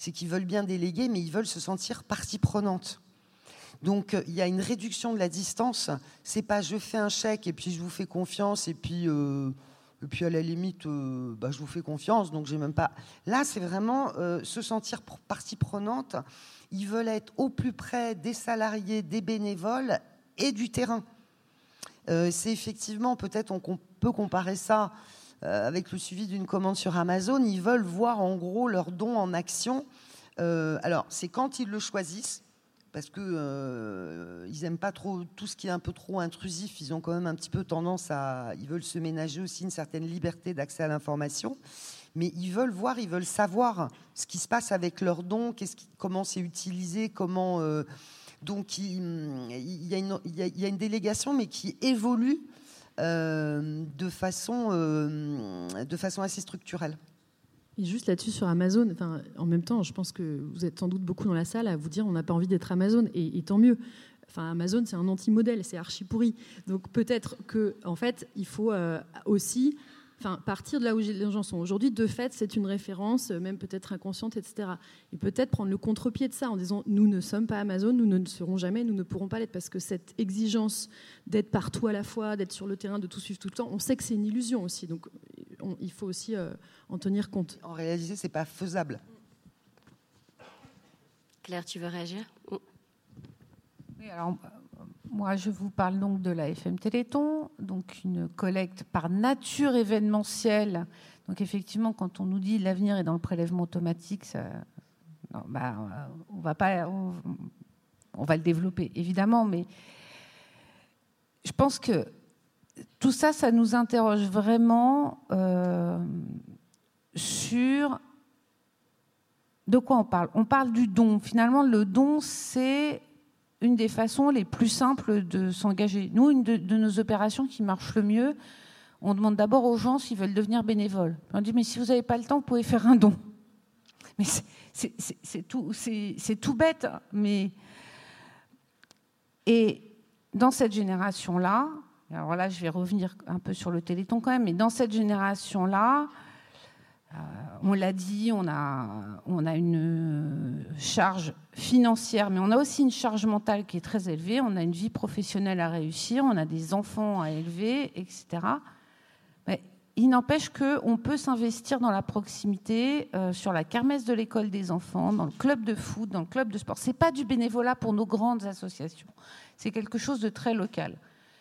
c'est qu'ils veulent bien déléguer, mais ils veulent se sentir partie prenante. Donc, il y a une réduction de la distance. C'est pas je fais un chèque et puis je vous fais confiance et puis, euh, et puis à la limite, euh, bah, je vous fais confiance. Donc, j'ai même pas. Là, c'est vraiment euh, se sentir partie prenante. Ils veulent être au plus près des salariés, des bénévoles et du terrain. Euh, c'est effectivement, peut-être on peut comparer ça euh, avec le suivi d'une commande sur Amazon. Ils veulent voir en gros leurs dons en action. Euh, alors, c'est quand ils le choisissent, parce qu'ils euh, n'aiment pas trop tout ce qui est un peu trop intrusif. Ils ont quand même un petit peu tendance à... Ils veulent se ménager aussi une certaine liberté d'accès à l'information. Mais ils veulent voir, ils veulent savoir ce qui se passe avec leurs dons, qu'est-ce qui, comment c'est utilisé, comment... Euh, donc, il, il, y a une, il, y a, il y a une délégation, mais qui évolue euh, de, façon, euh, de façon assez structurelle. Et juste là-dessus sur Amazon, enfin, en même temps, je pense que vous êtes sans doute beaucoup dans la salle à vous dire on n'a pas envie d'être Amazon, et, et tant mieux. Enfin, Amazon, c'est un anti-modèle, c'est archi pourri. Donc peut-être que, en fait, il faut euh, aussi, enfin, partir de là où les gens sont aujourd'hui. De fait, c'est une référence, même peut-être inconsciente, et cetera. Et peut-être prendre le contre-pied de ça en disant nous ne sommes pas Amazon, nous ne le serons jamais, nous ne pourrons pas l'être, parce que cette exigence d'être partout à la fois, d'être sur le terrain, de tout suivre tout le temps, on sait que c'est une illusion aussi. Donc on, il faut aussi euh, en tenir compte. En réalité, c'est pas faisable. Claire, tu veux réagir ? Oui, alors, moi, je vous parle donc de la F M Téléthon, donc une collecte par nature événementielle. Donc, effectivement, quand on nous dit l'avenir est dans le prélèvement automatique, ça, non, bah, on va pas, on, on va le développer, évidemment, mais je pense que tout ça, ça nous interroge vraiment euh, sur de quoi on parle. On parle du don. Finalement, le don, c'est une des façons les plus simples de s'engager. Nous, une de, de nos opérations qui marche le mieux, on demande d'abord aux gens s'ils veulent devenir bénévoles. On dit, mais si vous n'avez pas le temps, vous pouvez faire un don. Mais c'est, c'est, c'est, c'est, tout, c'est, c'est tout bête. Mais... Et dans cette génération-là, alors là, je vais revenir un peu sur le Téléthon quand même, mais dans cette génération-là, Euh, on l'a dit, on a, on a une charge financière, mais on a aussi une charge mentale qui est très élevée. On a une vie professionnelle à réussir, on a des enfants à élever, et cetera. Mais il n'empêche qu'on peut s'investir dans la proximité, euh, sur la kermesse de l'école des enfants, dans le club de foot, dans le club de sport. Ce n'est pas du bénévolat pour nos grandes associations. C'est quelque chose de très local.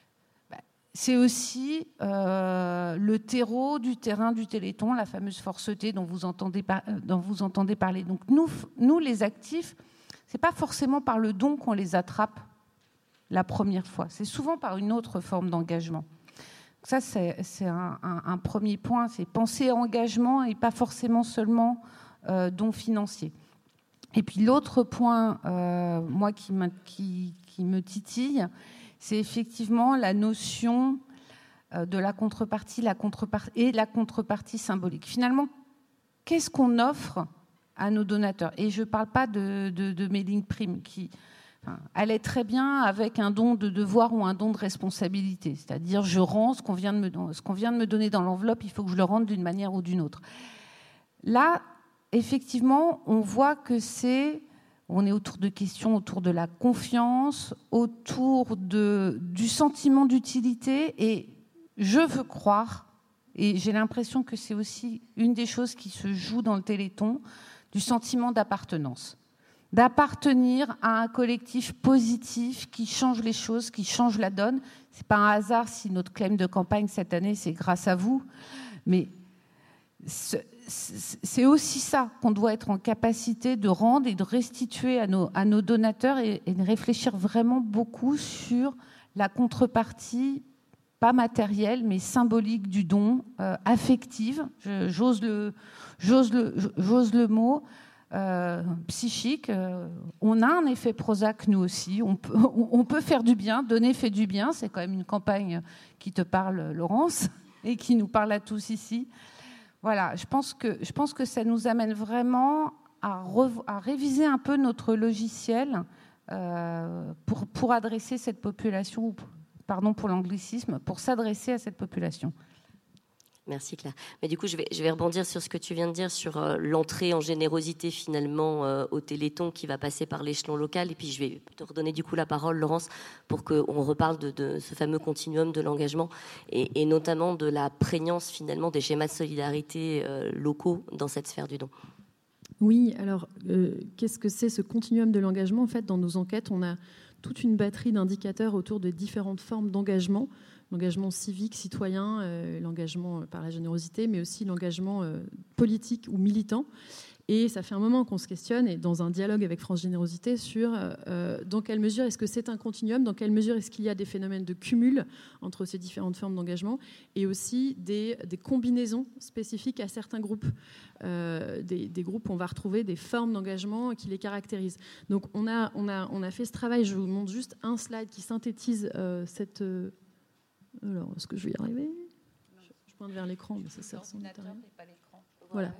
C'est aussi euh, le terreau du terrain du Téléthon, la fameuse force T dont vous entendez, par, dont vous entendez parler. Donc nous, nous, les actifs, ce n'est pas forcément par le don qu'on les attrape la première fois. C'est souvent par une autre forme d'engagement. Ça, c'est, c'est un, un, un premier point. C'est penser engagement et pas forcément seulement euh, don financier. Et puis l'autre point, euh, moi, qui me, qui, qui me titille, c'est effectivement la notion de la contrepartie, la contrepartie et la contrepartie symbolique. Finalement, qu'est-ce qu'on offre à nos donateurs ? Et je ne parle pas de, de, de mailing prime qui enfin, allait très bien avec un don de devoir ou un don de responsabilité. C'est-à-dire, je rends ce qu'on vient de me, ce qu'on vient de me donner dans l'enveloppe, il faut que je le rende d'une manière ou d'une autre. Là, effectivement, on voit que c'est... On est autour de questions, autour de la confiance, autour de, du sentiment d'utilité. Et je veux croire, et j'ai l'impression que c'est aussi une des choses qui se joue dans le Téléthon, du sentiment d'appartenance. D'appartenir à un collectif positif qui change les choses, qui change la donne. Ce n'est pas un hasard si notre claim de campagne cette année, c'est grâce à vous. Mais ce, c'est aussi ça qu'on doit être en capacité de rendre et de restituer à nos, à nos donateurs et, et de réfléchir vraiment beaucoup sur la contrepartie, pas matérielle, mais symbolique du don, euh, affective, je, j'ose, le, j'ose, le, j'ose le mot, euh, psychique. Euh, on a un effet Prozac, nous aussi. On peut, on peut faire du bien, donner fait du bien. C'est quand même une campagne qui te parle, Laurence, et qui nous parle à tous ici. Voilà, je pense que, je pense que ça nous amène vraiment à, rev- à réviser un peu notre logiciel euh, pour, pour adresser cette population, pardon pour l'anglicisme, pour s'adresser à cette population. Merci Claire. Mais du coup, je vais, je vais rebondir sur ce que tu viens de dire sur euh, l'entrée en générosité finalement euh, au Téléthon qui va passer par l'échelon local. Et puis je vais te redonner du coup la parole, Laurence, pour qu'on reparle de, de ce fameux continuum de l'engagement et, et notamment de la prégnance finalement des schémas de solidarité euh, locaux dans cette sphère du don. Oui, alors euh, qu'est-ce que c'est ce continuum de l'engagement ? En fait, dans nos enquêtes, on a toute une batterie d'indicateurs autour de différentes formes d'engagement. L'engagement civique, citoyen, euh, l'engagement par la générosité, mais aussi l'engagement euh, politique ou militant. Et ça fait un moment qu'on se questionne, et dans un dialogue avec France Générosité, sur euh, dans quelle mesure est-ce que c'est un continuum, dans quelle mesure est-ce qu'il y a des phénomènes de cumul entre ces différentes formes d'engagement, et aussi des, des combinaisons spécifiques à certains groupes. Euh, des, des groupes où on va retrouver des formes d'engagement qui les caractérisent. Donc on a, on a, on a fait ce travail, je vous montre juste un slide qui synthétise euh, cette... Euh, alors, est-ce que je vais y arriver ? je, je pointe vers l'écran, mais ça sert sans doute à rien. Voilà.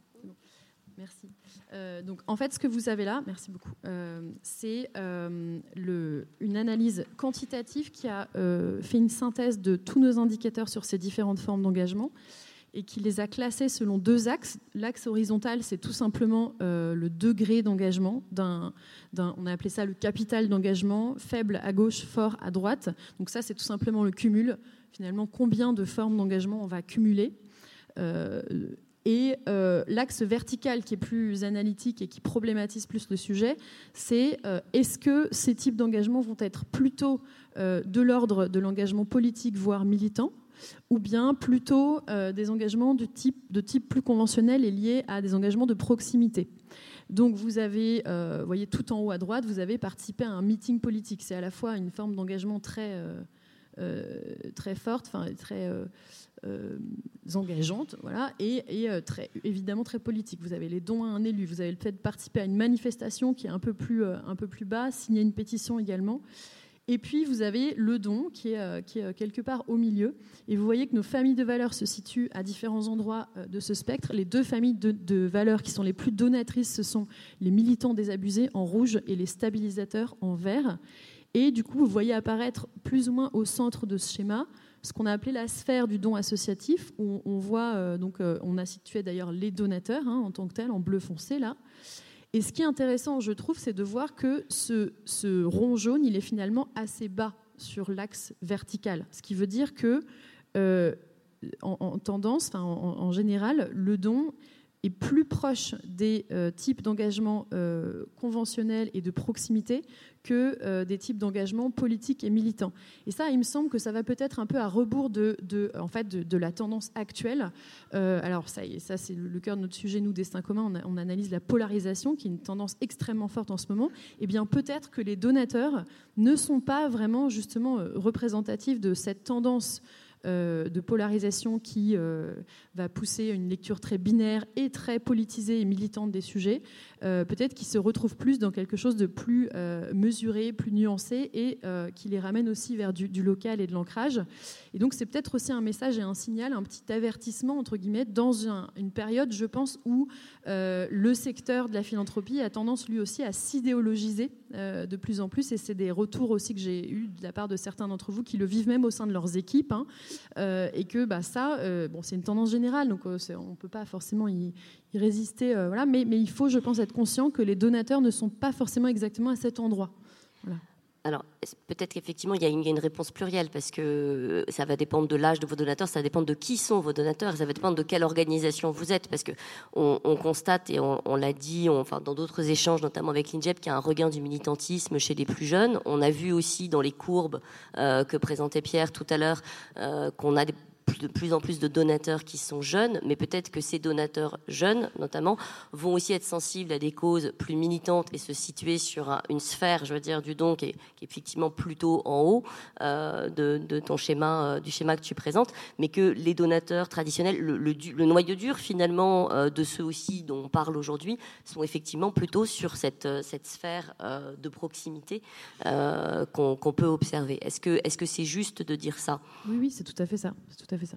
Merci. Euh, donc, en fait, ce que vous avez là, merci beaucoup, euh, c'est euh, le, une analyse quantitative qui a euh, fait une synthèse de tous nos indicateurs sur ces différentes formes d'engagement et qui les a classés selon deux axes. L'axe horizontal, c'est tout simplement euh, le degré d'engagement. D'un, d'un, on a appelé ça le capital d'engagement, faible à gauche, fort à droite. Donc ça, c'est tout simplement le cumul. Finalement, combien de formes d'engagement on va cumuler euh, Et euh, l'axe vertical qui est plus analytique et qui problématise plus le sujet, c'est euh, est-ce que ces types d'engagements vont être plutôt euh, de l'ordre de l'engagement politique, voire militant, ou bien plutôt euh, des engagements de type, de type plus conventionnel et liés à des engagements de proximité. Donc vous avez, euh, vous voyez tout en haut à droite, vous avez participé à un meeting politique. C'est à la fois une forme d'engagement très, euh, euh, très forte, enfin très... Euh, Euh, engageantes, voilà, et, et euh, très, évidemment très politique. Vous avez les dons à un élu, vous avez peut-être participé à une manifestation qui est un peu plus, euh, un peu plus bas, signé une pétition également. Et puis vous avez le don qui est, euh, qui est quelque part au milieu. Et vous voyez que nos familles de valeurs se situent à différents endroits euh, de ce spectre. Les deux familles de, de valeurs qui sont les plus donatrices, ce sont les militants désabusés en rouge et les stabilisateurs en vert. Et du coup, vous voyez apparaître plus ou moins au centre de ce schéma ce qu'on a appelé la sphère du don associatif, où on voit, euh, donc, euh, on a situé d'ailleurs les donateurs hein, en tant que tels, en bleu foncé là. Et ce qui est intéressant, je trouve, c'est de voir que ce, ce rond jaune, il est finalement assez bas sur l'axe vertical, ce qui veut dire que, euh, en, en tendance, enfin, en, en général, le don est plus proche des euh, types d'engagement euh, conventionnels et de proximité que euh, des types d'engagement politiques et militants. Et ça, il me semble que ça va peut-être un peu à rebours de, de, en fait, de, de la tendance actuelle. Euh, alors ça, ça, c'est le cœur de notre sujet, nous, Destin commun, on, a, on analyse la polarisation, qui est une tendance extrêmement forte en ce moment. Eh bien, peut-être que les donateurs ne sont pas vraiment, justement, représentatifs de cette tendance Euh, de polarisation qui euh, va pousser une lecture très binaire et très politisée et militante des sujets, euh, peut-être qu'ils se retrouvent plus dans quelque chose de plus euh, mesuré, plus nuancé et euh, qui les ramène aussi vers du, du local et de l'ancrage. Et donc c'est peut-être aussi un message et un signal, un petit avertissement entre guillemets dans un, une période, je pense, où euh, le secteur de la philanthropie a tendance lui aussi à s'idéologiser euh, de plus en plus, et c'est des retours aussi que j'ai eus de la part de certains d'entre vous qui le vivent même au sein de leurs équipes. Hein. Euh, et que bah, ça, euh, bon, c'est une tendance générale, donc euh, on ne peut pas forcément y, y résister. Euh, voilà, mais, mais il faut, je pense, être conscient que les donateurs ne sont pas forcément exactement à cet endroit. Voilà. Alors, peut-être qu'effectivement, il y a une, il y a une réponse plurielle, parce que ça va dépendre de l'âge de vos donateurs, ça va dépendre de qui sont vos donateurs, ça va dépendre de quelle organisation vous êtes, parce qu'on on constate, et on, on l'a dit on, enfin, dans d'autres échanges, notamment avec l'INJEP, qu'il y a un regain du militantisme chez les plus jeunes. On a vu aussi dans les courbes euh, que présentait Pierre tout à l'heure euh, qu'on a des de plus en plus de donateurs qui sont jeunes, mais peut-être que ces donateurs jeunes, notamment, vont aussi être sensibles à des causes plus militantes et se situer sur un, une sphère, je veux dire, du don qui est, qui est effectivement plutôt en haut euh, de, de ton schéma, euh, du schéma que tu présentes, mais que les donateurs traditionnels, le, le, le noyau dur finalement euh, de ceux aussi dont on parle aujourd'hui, sont effectivement plutôt sur cette, cette sphère euh, de proximité euh, qu'on, qu'on peut observer. Est-ce que, est-ce que c'est juste de dire ça ? Oui, oui, c'est tout à fait ça. C'est tout à fait ça.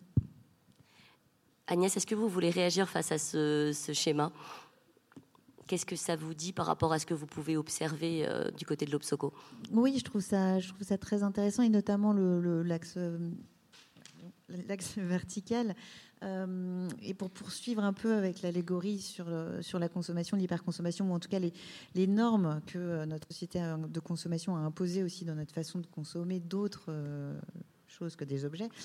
Agnès, est-ce que vous voulez réagir face à ce, ce schéma ? Qu'est-ce que ça vous dit par rapport à ce que vous pouvez observer euh, du côté de l'Obsoco ? Oui, je trouve ça, je trouve ça très intéressant, et notamment le, le, l'axe, l'axe vertical. Euh, et pour poursuivre un peu avec l'allégorie sur, sur la consommation, l'hyperconsommation, ou en tout cas les, les normes que notre société de consommation a imposées aussi dans notre façon de consommer d'autres euh, choses que des objets.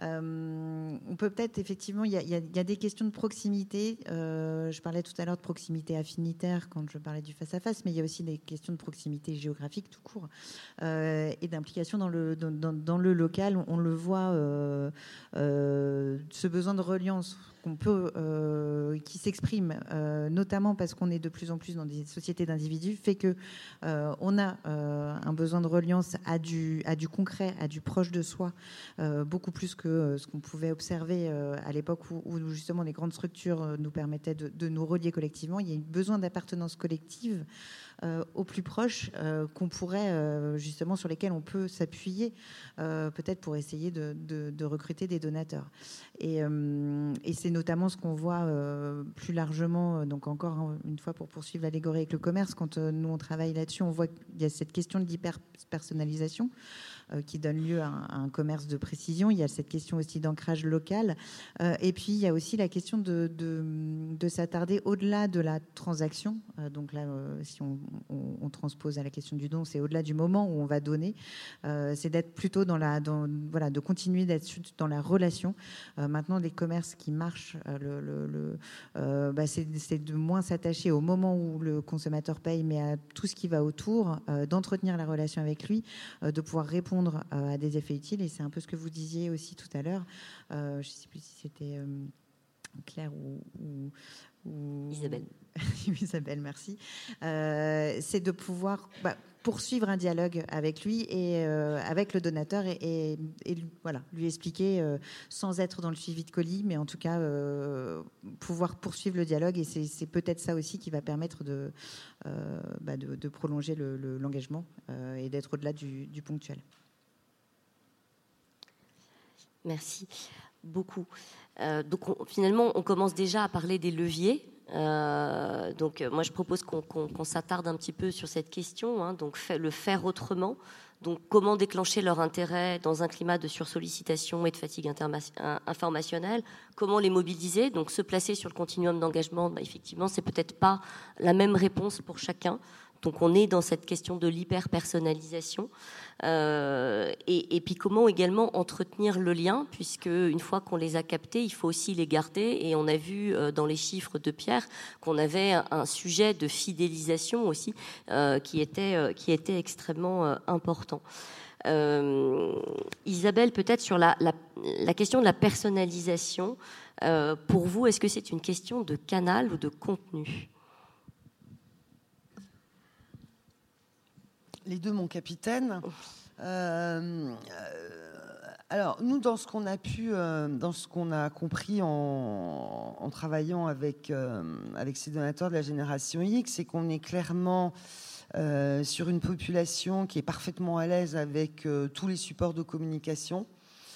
Euh, on peut peut-être, effectivement, il y, y, y a des questions de proximité. Euh, je parlais tout à l'heure de proximité affinitaire quand je parlais du face-à-face, mais il y a aussi des questions de proximité géographique tout court euh, et d'implication dans le, dans, dans, dans le local. On, on le voit, euh, euh, ce besoin de reliance qu'on peut, euh, qui s'exprime, euh, notamment parce qu'on est de plus en plus dans des sociétés d'individus, fait que euh, on a euh, un besoin de reliance à du, à du concret, à du proche de soi, euh, beaucoup plus que euh, ce qu'on pouvait observer euh, à l'époque où, où justement les grandes structures euh, nous permettaient de, de nous relier collectivement. Il y a un besoin d'appartenance collective euh, au plus proche euh, qu'on pourrait euh, justement sur lesquels on peut s'appuyer euh, peut-être pour essayer de, de, de recruter des donateurs. Et, euh, et c'est notamment ce qu'on voit euh, plus largement, donc encore une fois pour poursuivre l'allégorie avec le commerce, quand euh, nous on travaille là-dessus, on voit qu'il y a cette question de l'hyper-personnalisation euh, qui donne lieu à un, à un commerce de précision. Il y a cette question aussi d'ancrage local. Euh, et puis il y a aussi la question de, de, de s'attarder au-delà de la transaction. Euh, donc là, euh, si on, on, on transpose à la question du don, c'est au-delà du moment où on va donner. Euh, c'est d'être plutôt dans la... Dans, voilà, de continuer d'être dans la relation. Euh, maintenant, les commerces qui marchent, euh, le, le, le, euh, bah c'est, c'est de moins s'attacher au moment où le consommateur paye, mais à tout ce qui va autour, euh, d'entretenir la relation avec lui, euh, de pouvoir répondre euh, à des effets utiles. Et c'est un peu ce que vous disiez aussi tout à l'heure. Euh, je ne sais plus si c'était euh, Claire ou, ou, ou... Isabelle. Isabelle, merci. Euh, c'est de pouvoir... Bah, poursuivre un dialogue avec lui et euh, avec le donateur et, et, et voilà, lui expliquer euh, sans être dans le suivi de colis, mais en tout cas euh, pouvoir poursuivre le dialogue. Et c'est, c'est peut-être ça aussi qui va permettre de, euh, bah de, de prolonger le, le, l'engagement euh, et d'être au-delà du, du ponctuel. Merci beaucoup. Euh, donc on, finalement, on commence déjà à parler des leviers. Euh, donc moi je propose qu'on, qu'on, qu'on s'attarde un petit peu sur cette question, hein, donc fait, le faire autrement, donc comment déclencher leur intérêt dans un climat de sursollicitation et de fatigue interma- informationnelle, comment les mobiliser, donc se placer sur le continuum d'engagement, bah, effectivement c'est peut-être pas la même réponse pour chacun. Donc on est dans cette question de l'hyper-personnalisation euh, et, et puis comment également entretenir le lien, puisque une fois qu'on les a captés, il faut aussi les garder. Et on a vu euh, dans les chiffres de Pierre qu'on avait un, un sujet de fidélisation aussi euh, qui était euh, qui était extrêmement euh, important. Euh, Isabelle, peut-être sur la, la, la question de la personnalisation, euh, pour vous, est-ce que c'est une question de canal ou de contenu ? Les deux, mon capitaine. Euh, alors, nous, dans ce qu'on a pu, euh, dans ce qu'on a compris en, en travaillant avec, euh, avec ces donateurs de la génération X, c'est qu'on est clairement euh, sur une population qui est parfaitement à l'aise avec euh, tous les supports de communication.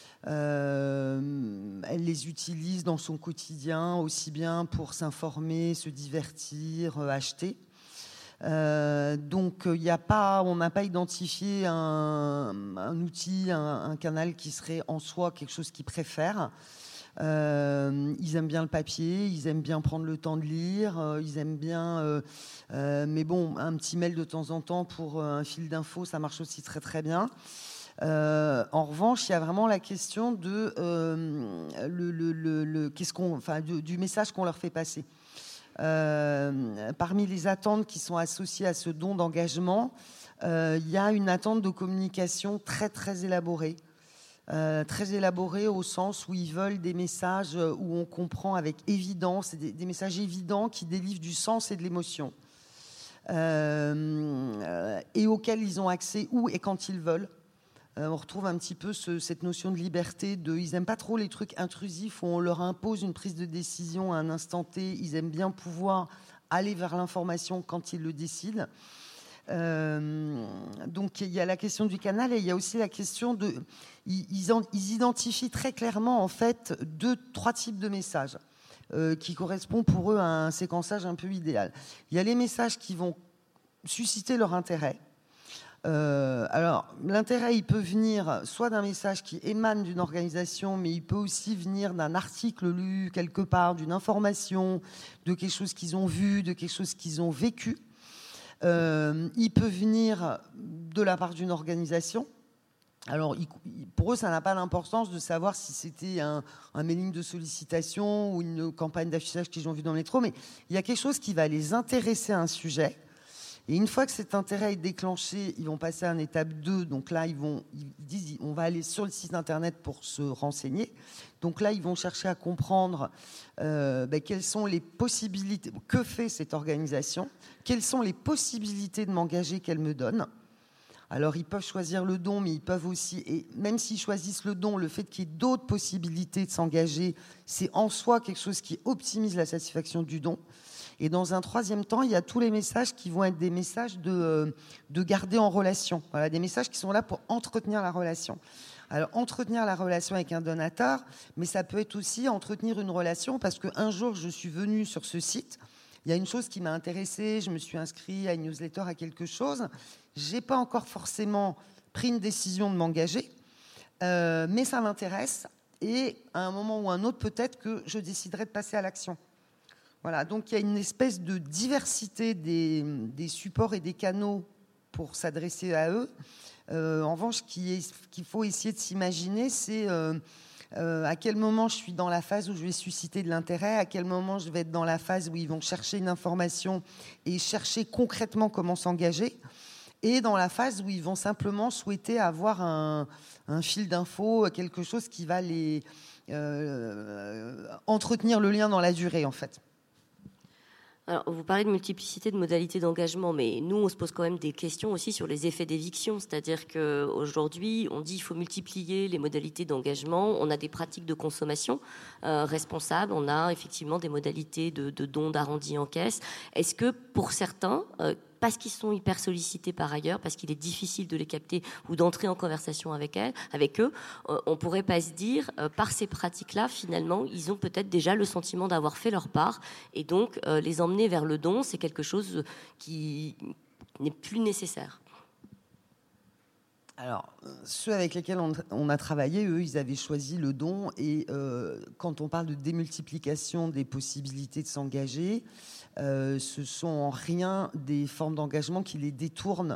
Euh, elle les utilise dans son quotidien, aussi bien pour s'informer, se divertir, euh, acheter. Euh, donc, il y a pas, on n'a pas identifié un, un outil, un, un canal qui serait en soi quelque chose qu'ils préfèrent. Euh, ils aiment bien le papier, ils aiment bien prendre le temps de lire, euh, ils aiment bien... Euh, euh, mais bon, un petit mail de temps en temps pour un fil d'infos, ça marche aussi très très bien. Euh, en revanche, il y a vraiment la question de, euh, le, le, le, le, qu'est-ce qu'on, enfin, du, du message qu'on leur fait passer. Euh, parmi les attentes qui sont associées à ce don d'engagement, euh, il y a une attente de communication très très élaborée, euh, très élaborée au sens où ils veulent des messages où on comprend avec évidence, des, des messages évidents qui délivrent du sens et de l'émotion, euh, et auxquels ils ont accès où et quand ils veulent. Euh, on retrouve un petit peu ce, cette notion de liberté. De, ils n'aiment pas trop les trucs intrusifs où on leur impose une prise de décision à un instant T. Ils aiment bien pouvoir aller vers l'information quand ils le décident. Euh, donc il y a la question du canal et il y a aussi la question de... Ils, ils, en, ils identifient très clairement en fait deux, trois types de messages euh, qui correspondent pour eux à un séquençage un peu idéal. Il y a les messages qui vont susciter leur intérêt. Euh, alors, l'intérêt, il peut venir soit d'un message qui émane d'une organisation, mais il peut aussi venir d'un article lu quelque part, d'une information, de quelque chose qu'ils ont vu, de quelque chose qu'ils ont vécu. Euh, il peut venir de la part d'une organisation. Alors, pour eux, ça n'a pas d'importance de savoir si c'était un, un mailing de sollicitation ou une campagne d'affichage qu'ils ont vu dans le métro, mais il y a quelque chose qui va les intéresser à un sujet. Et une fois que cet intérêt est déclenché, ils vont passer à une étape deux. Donc là, ils, vont, ils disent on va aller sur le site internet pour se renseigner. Donc là, ils vont chercher à comprendre euh, ben, quelles sont les possibilités, que fait cette organisation, quelles sont les possibilités de m'engager qu'elle me donne. Alors, ils peuvent choisir le don, mais ils peuvent aussi, et même s'ils choisissent le don, le fait qu'il y ait d'autres possibilités de s'engager, c'est en soi quelque chose qui optimise la satisfaction du don. Et dans un troisième temps, il y a tous les messages qui vont être des messages de, de garder en relation. Voilà, des messages qui sont là pour entretenir la relation. Alors, entretenir la relation avec un donateur, mais ça peut être aussi entretenir une relation parce qu'un jour, je suis venue sur ce site, il y a une chose qui m'a intéressée, je me suis inscrite à une newsletter, à quelque chose. Je n'ai pas encore forcément pris une décision de m'engager, euh, mais ça m'intéresse. Et à un moment ou un autre, peut-être que je déciderai de passer à l'action. Voilà, donc il y a une espèce de diversité des, des supports et des canaux pour s'adresser à eux. Euh, en revanche, ce qu'il faut essayer de s'imaginer, c'est euh, euh, à quel moment je suis dans la phase où je vais susciter de l'intérêt, à quel moment je vais être dans la phase où ils vont chercher une information et chercher concrètement comment s'engager, et dans la phase où ils vont simplement souhaiter avoir un, un fil d'infos, quelque chose qui va les euh, entretenir le lien dans la durée, en fait. Alors, vous parlez de multiplicité de modalités d'engagement, mais nous, on se pose quand même des questions aussi sur les effets d'éviction. C'est-à-dire qu'aujourd'hui, on dit qu'il faut multiplier les modalités d'engagement. On a des pratiques de consommation euh, responsables. On a effectivement des modalités de, de dons d'arrondis en caisse. Est-ce que pour certains, euh, parce qu'ils sont hyper sollicités par ailleurs, parce qu'il est difficile de les capter ou d'entrer en conversation avec elles, avec eux, euh, on pourrait pas se dire, euh, par ces pratiques-là, finalement, ils ont peut-être déjà le sentiment d'avoir fait leur part, et donc euh, les emmener vers le don, c'est quelque chose qui n'est plus nécessaire. Alors, ceux avec lesquels on, on a travaillé, eux, ils avaient choisi le don, et euh, quand on parle de démultiplication des possibilités de s'engager, Euh, ce sont en rien des formes d'engagement qui les détournent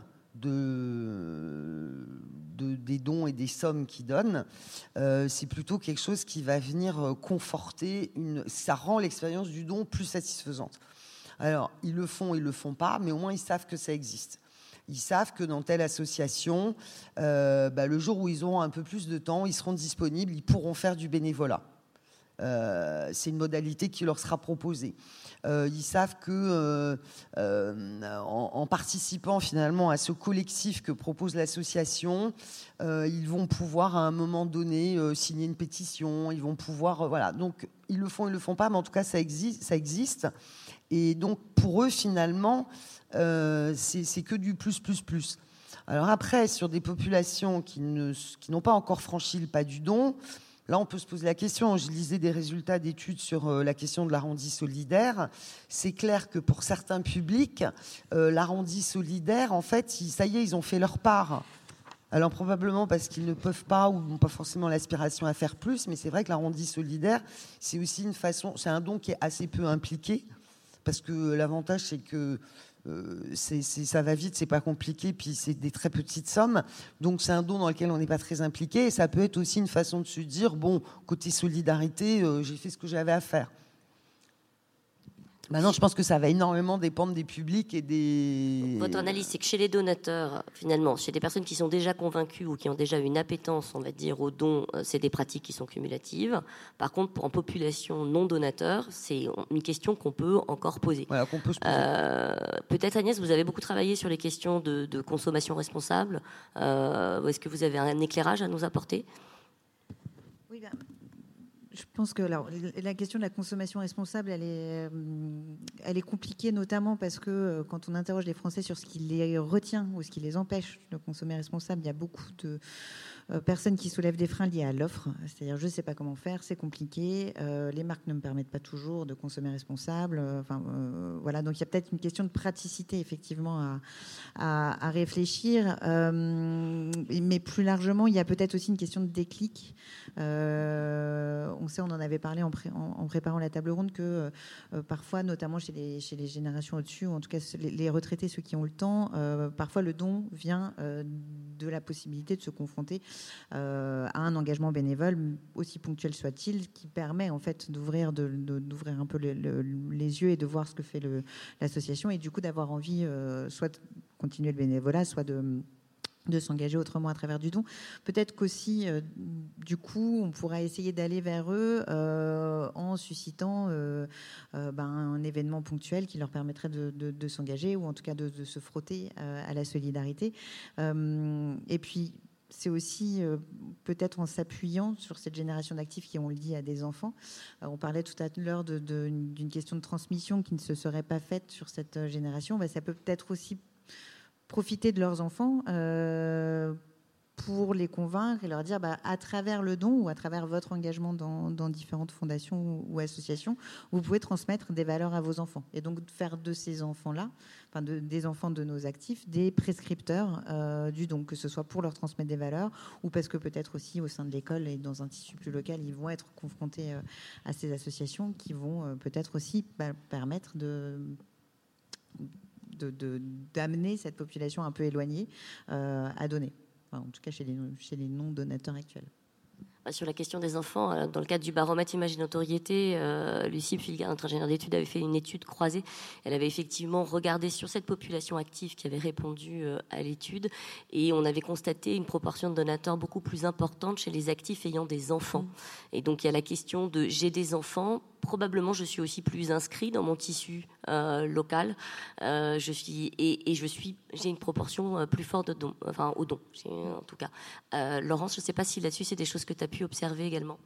de, de, des dons et des sommes qu'ils donnent. Euh, c'est plutôt quelque chose qui va venir conforter, une, ça rend l'expérience du don plus satisfaisante. Alors, ils le font, ils le font pas, mais au moins ils savent que ça existe. Ils savent que dans telle association, euh, bah, le jour où ils auront un peu plus de temps, ils seront disponibles, ils pourront faire du bénévolat. Euh, c'est une modalité qui leur sera proposée. Euh, ils savent que euh, euh, en, en participant finalement à ce collectif que propose l'association, euh, ils vont pouvoir à un moment donné euh, signer une pétition, ils vont pouvoir euh, voilà. Donc ils le font, ils le font pas, mais en tout cas ça existe, ça existe. Et donc pour eux finalement, euh, c'est, c'est que du plus plus plus. Alors après sur des populations qui ne qui n'ont pas encore franchi le pas du don. Là, on peut se poser la question. Je lisais des résultats d'études sur euh, la question de l'arrondi solidaire. C'est clair que pour certains publics, euh, l'arrondi solidaire, en fait, ils, ça y est, ils ont fait leur part. Alors probablement parce qu'ils ne peuvent pas ou n'ont pas forcément l'aspiration à faire plus, mais c'est vrai que l'arrondi solidaire, c'est aussi une façon, c'est un don qui est assez peu impliqué, parce que l'avantage, c'est que Euh, c'est, c'est, ça va vite, c'est pas compliqué, puis c'est des très petites sommes, donc c'est un don dans lequel on n'est pas très impliqué, et ça peut être aussi une façon de se dire bon, côté solidarité, euh, j'ai fait ce que j'avais à faire. Maintenant, je pense que ça va énormément dépendre des publics et des... Votre analyse, c'est que chez les donateurs, finalement, chez des personnes qui sont déjà convaincues ou qui ont déjà une appétence, on va dire, aux dons, c'est des pratiques qui sont cumulatives. Par contre, en population non donateur, c'est une question qu'on peut encore poser. Voilà, qu'on peut se poser. Euh, peut-être, Agnès, vous avez beaucoup travaillé sur les questions de, de consommation responsable. Euh, est-ce que vous avez un éclairage à nous apporter ? Oui, bien. Je pense que alors, la question de la consommation responsable, elle est, elle est compliquée, notamment parce que quand on interroge les Français sur ce qui les retient ou ce qui les empêche de consommer responsable, il y a beaucoup de, euh, personnes qui soulèvent des freins liés à l'offre, c'est-à-dire je ne sais pas comment faire, c'est compliqué, euh, les marques ne me permettent pas toujours de consommer responsable. Euh, enfin, euh, voilà, donc il y a peut-être une question de praticité effectivement à, à, à réfléchir, euh, mais plus largement, il y a peut-être aussi une question de déclic. Euh, on sait, on en avait parlé en, pré, en, en préparant la table ronde que euh, parfois, notamment chez les, chez les générations au-dessus, ou en tout cas les, les retraités, ceux qui ont le temps, euh, parfois le don vient euh, de la possibilité de se confronter euh, à un engagement bénévole, aussi ponctuel soit-il, qui permet en fait d'ouvrir, de, de, d'ouvrir un peu le, le, les yeux et de voir ce que fait le, l'association, et du coup d'avoir envie euh, soit de continuer le bénévolat, soit de de s'engager autrement à travers du don. Peut-être qu'aussi, euh, du coup, on pourra essayer d'aller vers eux euh, en suscitant euh, euh, ben, un événement ponctuel qui leur permettrait de, de, de s'engager, ou en tout cas de, de se frotter euh, à la solidarité. Euh, et puis, c'est aussi euh, peut-être en s'appuyant sur cette génération d'actifs qui, on le dit, à des enfants. Euh, on parlait tout à l'heure de, de, d'une question de transmission qui ne se serait pas faite sur cette génération. Ben, ça peut peut-être aussi profiter de leurs enfants euh, pour les convaincre et leur dire bah, à travers le don ou à travers votre engagement dans, dans différentes fondations ou, ou associations, vous pouvez transmettre des valeurs à vos enfants, et donc faire de ces enfants-là, enfin de, des enfants de nos actifs, des prescripteurs euh, du don, que ce soit pour leur transmettre des valeurs ou parce que peut-être aussi au sein de l'école et dans un tissu plus local, ils vont être confrontés euh, à ces associations qui vont euh, peut-être aussi bah, permettre de... De, de, d'amener cette population un peu éloignée euh, à donner, enfin, en tout cas chez les, chez les non-donateurs actuels. Sur la question des enfants, dans le cadre du baromètre Image et Notoriété, euh, Lucie Pilgard, notre ingénieure d'études, avait fait une étude croisée. Elle avait effectivement regardé sur cette population active qui avait répondu euh, à l'étude, et on avait constaté une proportion de donateurs beaucoup plus importante chez les actifs ayant des enfants. Mmh. Et donc il y a la question de j'ai des enfants. Probablement, je suis aussi plus inscrit dans mon tissu euh, local. Euh, je suis et, et je suis, j'ai une proportion euh, plus forte de dons, enfin aux dons, en tout cas. Euh, Laurence, je ne sais pas si là-dessus c'est des choses que tu as pu observer également.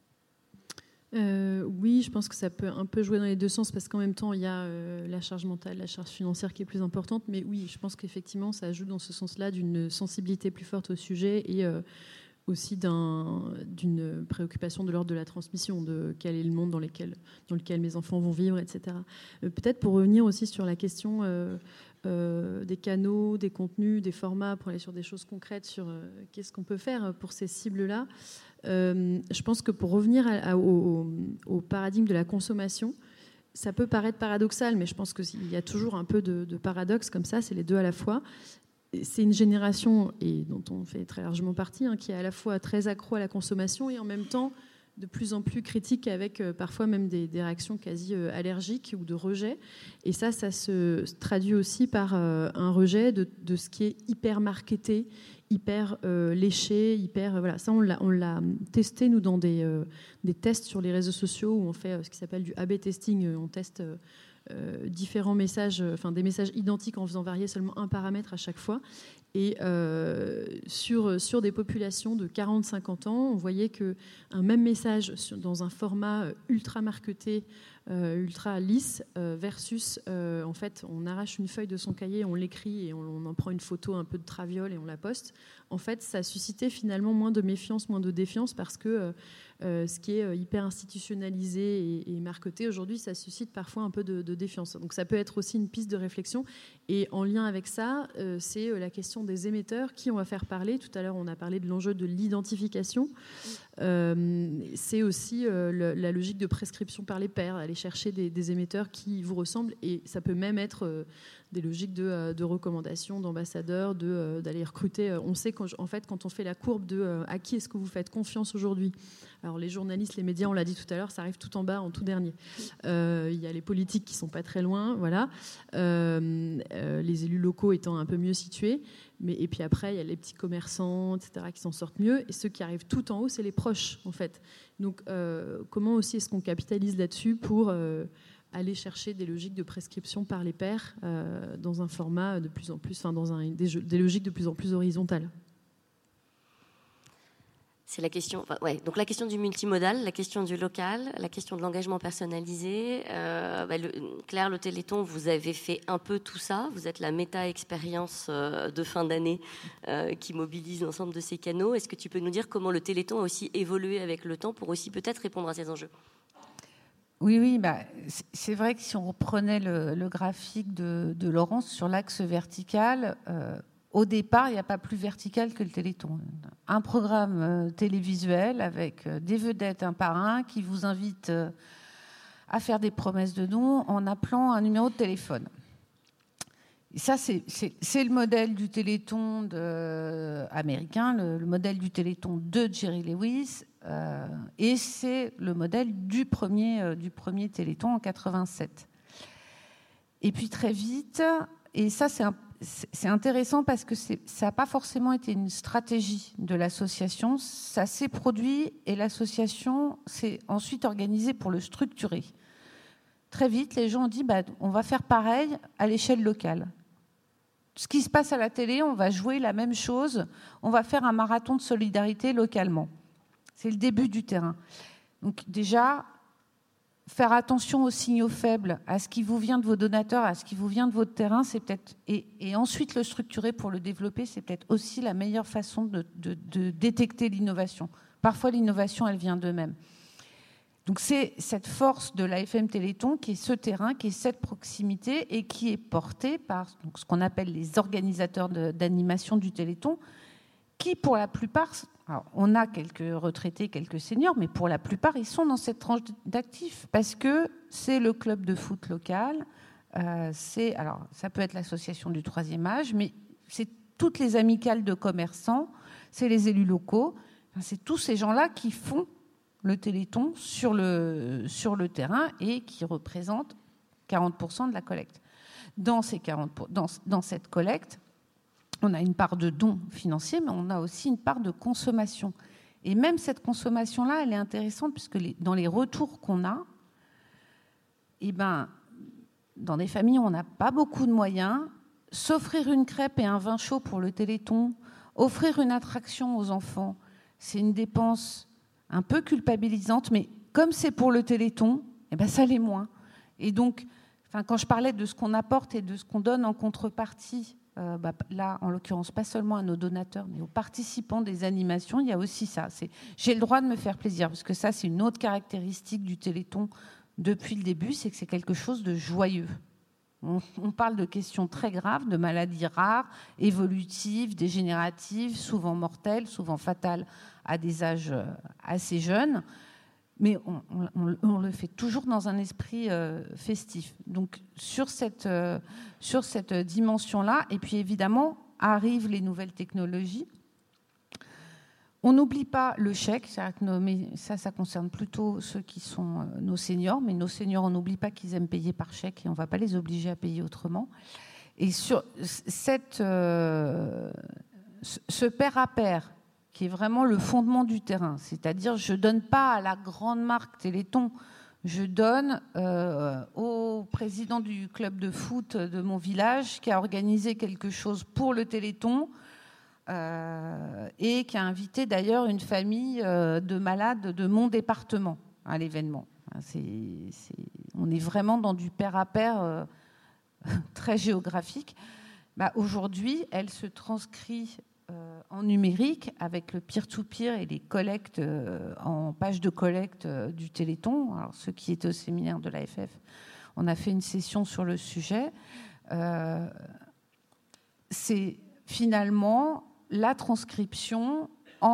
Euh, oui, je pense que ça peut un peu jouer dans les deux sens, parce qu'en même temps, il y a euh, la charge mentale, la charge financière qui est plus importante. Mais oui, je pense qu'effectivement, ça joue dans ce sens-là d'une sensibilité plus forte au sujet, et euh, aussi d'un, d'une préoccupation de l'ordre de la transmission, de quel est le monde dans, lesquels, dans lequel mes enfants vont vivre, et cetera. Euh, peut-être pour revenir aussi sur la question euh, euh, des canaux, des contenus, des formats, pour aller sur des choses concrètes, sur euh, qu'est-ce qu'on peut faire pour ces cibles-là. Euh, je pense que pour revenir à, à, au, au paradigme de la consommation, ça peut paraître paradoxal, mais je pense qu'il y a toujours un peu de, de paradoxe comme ça, c'est les deux à la fois. C'est une génération, et dont on fait très largement partie, hein, qui est à la fois très accro à la consommation et en même temps de plus en plus critique, avec euh, parfois même des, des réactions quasi euh, allergiques ou de rejet. Et ça, ça se traduit aussi par euh, un rejet de, de ce qui est hyper marketé, hyper euh, léché, hyper... Euh, voilà. Ça, on l'a, on l'a testé, nous, dans des, euh, des tests sur les réseaux sociaux, où on fait euh, ce qui s'appelle du A B testing. On teste... Euh, Euh, différents messages, enfin des messages identiques en faisant varier seulement un paramètre à chaque fois. Et euh, sur, sur des populations de quarante à cinquante ans, on voyait qu'un même message sur, dans un format ultra marketé, euh, ultra lisse, euh, versus, euh, en fait, on arrache une feuille de son cahier, on l'écrit et on, on en prend une photo un peu de traviole et on la poste. En fait, ça suscitait finalement moins de méfiance, moins de défiance, parce que euh, Euh, ce qui est hyper institutionnalisé et, et marketé aujourd'hui, ça suscite parfois un peu de, de défiance. Donc ça peut être aussi une piste de réflexion. Et en lien avec ça, euh, c'est la question des émetteurs, qui on va faire parler. Tout à l'heure, on a parlé de l'enjeu de l'identification. Euh, c'est aussi euh, le, la logique de prescription par les pairs, aller chercher des, des émetteurs qui vous ressemblent. Et ça peut même être euh, des logiques de, de recommandation, d'ambassadeurs, de, euh, d'aller recruter. On sait qu'en en fait, quand on fait la courbe de euh, à qui est-ce que vous faites confiance aujourd'hui. Alors les journalistes, les médias, on l'a dit tout à l'heure, ça arrive tout en bas, en tout dernier. Euh, il y a les politiques qui sont pas très loin, voilà. Euh, euh, les élus locaux étant un peu mieux situés. Mais, et puis après, il y a les petits commerçants, et cetera, qui s'en sortent mieux. Et ceux qui arrivent tout en haut, c'est les proches, en fait. Donc, euh, comment aussi est-ce qu'on capitalise là-dessus pour euh, aller chercher des logiques de prescription par les pairs euh, dans un format de plus en plus, enfin, dans un, des, des logiques de plus en plus horizontales. C'est la question, enfin, ouais, donc la question du multimodal, la question du local, la question de l'engagement personnalisé. Euh, bah, le, Claire, le Téléthon, vous avez fait un peu tout ça. Vous êtes la méta-expérience euh, de fin d'année euh, qui mobilise l'ensemble de ces canaux. Est-ce que tu peux nous dire comment le Téléthon a aussi évolué avec le temps pour aussi peut-être répondre à ces enjeux ? Oui, oui, bah, c'est vrai que si on reprenait le, le graphique de, de Laurence sur l'axe vertical, euh, au départ, il n'y a pas plus vertical que le Téléthon. Un programme euh, télévisuel avec euh, des vedettes un par un qui vous invite euh, à faire des promesses de dons en appelant un numéro de téléphone. Et ça, c'est, c'est, c'est le modèle du Téléthon de, euh, américain, le, le modèle du Téléthon de Jerry Lewis, euh, et c'est le modèle du premier, euh, du premier Téléthon en quatre-vingt-sept. Et puis très vite, et ça c'est un C'est intéressant parce que ça n'a pas forcément été une stratégie de l'association. Ça s'est produit et l'association s'est ensuite organisée pour le structurer. Très vite, les gens ont dit bah, on va faire pareil à l'échelle locale. Ce qui se passe à la télé, on va jouer la même chose. On va faire un marathon de solidarité localement. C'est le début du terrain. Donc déjà, faire attention aux signaux faibles, à ce qui vous vient de vos donateurs, à ce qui vous vient de votre terrain, c'est peut-être et, et ensuite le structurer pour le développer, c'est peut-être aussi la meilleure façon de, de, de détecter l'innovation. Parfois, l'innovation, elle vient d'eux-mêmes. Donc, c'est cette force de l'A F M Téléthon qui est ce terrain, qui est cette proximité et qui est portée par donc, ce qu'on appelle les organisateurs de, d'animation du Téléthon, qui, pour la plupart, alors, on a quelques retraités, quelques seniors, mais pour la plupart, ils sont dans cette tranche d'actifs parce que c'est le club de foot local, euh, c'est, alors, ça peut être l'association du troisième âge, mais c'est toutes les amicales de commerçants, c'est les élus locaux, enfin, c'est tous ces gens-là qui font le Téléthon sur le, sur le terrain et qui représentent quarante pour cent de la collecte. Dans, ces quarante pour cent, dans, dans cette collecte, on a une part de dons financiers, mais on a aussi une part de consommation. Et même cette consommation-là, elle est intéressante, puisque les, dans les retours qu'on a, eh ben, dans des familles où on n'a pas beaucoup de moyens, s'offrir une crêpe et un vin chaud pour le Téléthon, offrir une attraction aux enfants, c'est une dépense un peu culpabilisante, mais comme c'est pour le Téléthon, eh ben, ça l'est moins. Et donc, enfin, quand je parlais de ce qu'on apporte et de ce qu'on donne en contrepartie, Euh, bah, là, en l'occurrence, pas seulement à nos donateurs, mais aux participants des animations, il y a aussi ça. C'est, j'ai le droit de me faire plaisir, parce que ça, c'est une autre caractéristique du Téléthon depuis le début, c'est que c'est quelque chose de joyeux. On, on parle de questions très graves, de maladies rares, évolutives, dégénératives, souvent mortelles, souvent fatales à des âges assez jeunes. Mais on, on, on le fait toujours dans un esprit euh, festif. Donc sur cette, euh, sur cette dimension-là, et puis évidemment, arrivent les nouvelles technologies. On n'oublie pas le chèque, c'est-à-dire que nos, mais ça, ça concerne plutôt ceux qui sont euh, nos seniors, mais nos seniors, on n'oublie pas qu'ils aiment payer par chèque et on ne va pas les obliger à payer autrement. Et sur cette, euh, ce pair à pair, qui est vraiment le fondement du terrain. C'est-à-dire, je ne donne pas à la grande marque Téléthon, je donne euh, au président du club de foot de mon village qui a organisé quelque chose pour le Téléthon euh, et qui a invité d'ailleurs une famille euh, de malades de mon département à l'événement. C'est, c'est, on est vraiment dans du pair à pair euh, très géographique. Bah, aujourd'hui, elle se transcrit Euh, en numérique avec le peer-to-peer et les collectes euh, en page de collecte euh, du Téléthon. Alors, ceux qui étaient au séminaire de l'A F F, on a fait une session sur le sujet. Euh, c'est finalement la transcription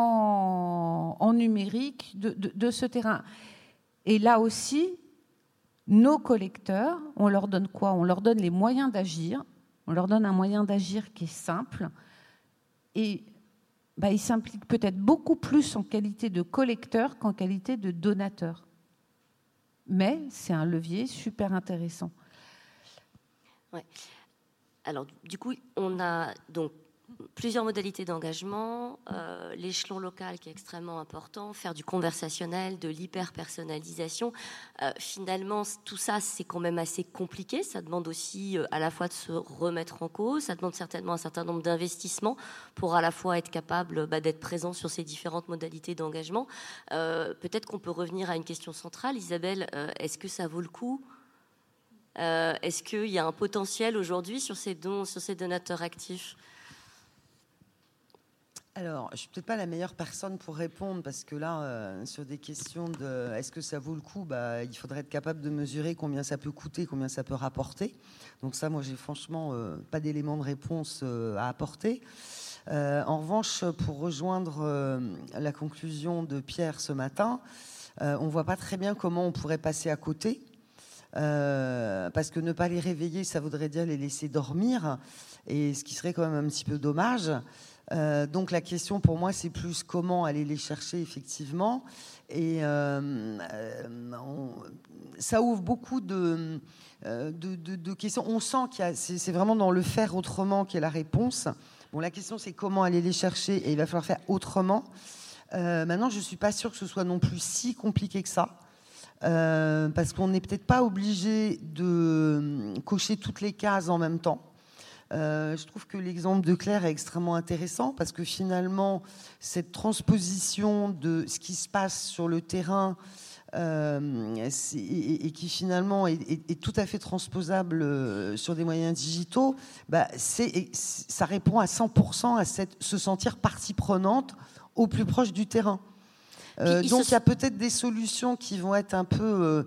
en, en numérique de, de, de ce terrain. Et là aussi, nos collecteurs, on leur donne quoi ? On leur donne les moyens d'agir. On leur donne un moyen d'agir qui est simple. Et bah, il s'implique peut-être beaucoup plus en qualité de collecteur qu'en qualité de donateur. Mais c'est un levier super intéressant. Ouais. Alors, du coup, on a donc plusieurs modalités d'engagement, euh, l'échelon local qui est extrêmement important, faire du conversationnel, de l'hyper-personnalisation. Euh, finalement, tout ça, c'est quand même assez compliqué. Ça demande aussi euh, à la fois de se remettre en cause, ça demande certainement un certain nombre d'investissements pour à la fois être capable bah, d'être présent sur ces différentes modalités d'engagement. Euh, peut-être qu'on peut revenir à une question centrale. Isabelle, euh, est-ce que ça vaut le coup ? euh, Est-ce qu'il y a un potentiel aujourd'hui sur ces dons, sur ces donateurs actifs ? Alors, je ne suis peut-être pas la meilleure personne pour répondre parce que là, euh, sur des questions de est-ce que ça vaut le coup, bah, il faudrait être capable de mesurer combien ça peut coûter, combien ça peut rapporter. Donc ça, moi, j'ai franchement euh, pas d'éléments de réponse euh, à apporter. Euh, en revanche, pour rejoindre euh, la conclusion de Pierre ce matin, euh, on ne voit pas très bien comment on pourrait passer à côté. Euh, parce que ne pas les réveiller, ça voudrait dire les laisser dormir, et ce qui serait quand même un petit peu dommage. Euh, donc la question pour moi c'est plus comment aller les chercher effectivement, et euh, on, ça ouvre beaucoup de, de, de, de questions. On sent qu'il y a, c'est, c'est vraiment dans le faire autrement qu'est la réponse. Bon, la question c'est comment aller les chercher, et il va falloir faire autrement. Euh, maintenant je suis pas sûre que ce soit non plus si compliqué que ça. Euh, parce qu'on n'est peut-être pas obligé de cocher toutes les cases en même temps. Euh, je trouve que l'exemple de Claire est extrêmement intéressant parce que finalement, cette transposition de ce qui se passe sur le terrain euh, c'est, et, et qui finalement est, est, est tout à fait transposable sur des moyens digitaux, bah, c'est, ça répond à cent pour cent à cette, se sentir partie prenante au plus proche du terrain. Euh, donc il se... y a peut-être des solutions qui vont être un peu... Euh,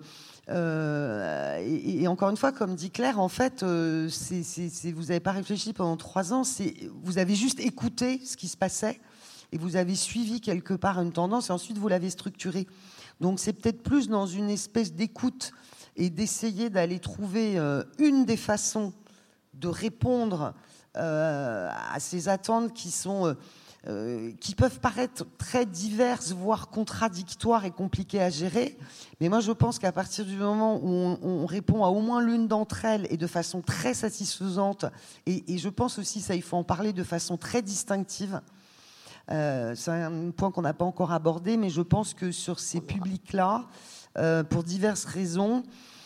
Euh, et, et encore une fois, comme dit Claire, en fait, euh, c'est, c'est, c'est, vous n'avez pas réfléchi pendant trois ans, c'est, vous avez juste écouté ce qui se passait et vous avez suivi quelque part une tendance et ensuite vous l'avez structurée. Donc c'est peut-être plus dans une espèce d'écoute et d'essayer d'aller trouver euh, une des façons de répondre euh, à ces attentes qui sont... Euh, Euh, qui peuvent paraître très diverses, voire contradictoires et compliquées à gérer. Mais moi, je pense qu'à partir du moment où on, on répond à au moins l'une d'entre elles et de façon très satisfaisante, et, et je pense aussi, ça, il faut en parler de façon très distinctive. Euh, c'est un point qu'on n'a pas encore abordé, mais je pense que sur ces publics-là, euh, pour diverses raisons,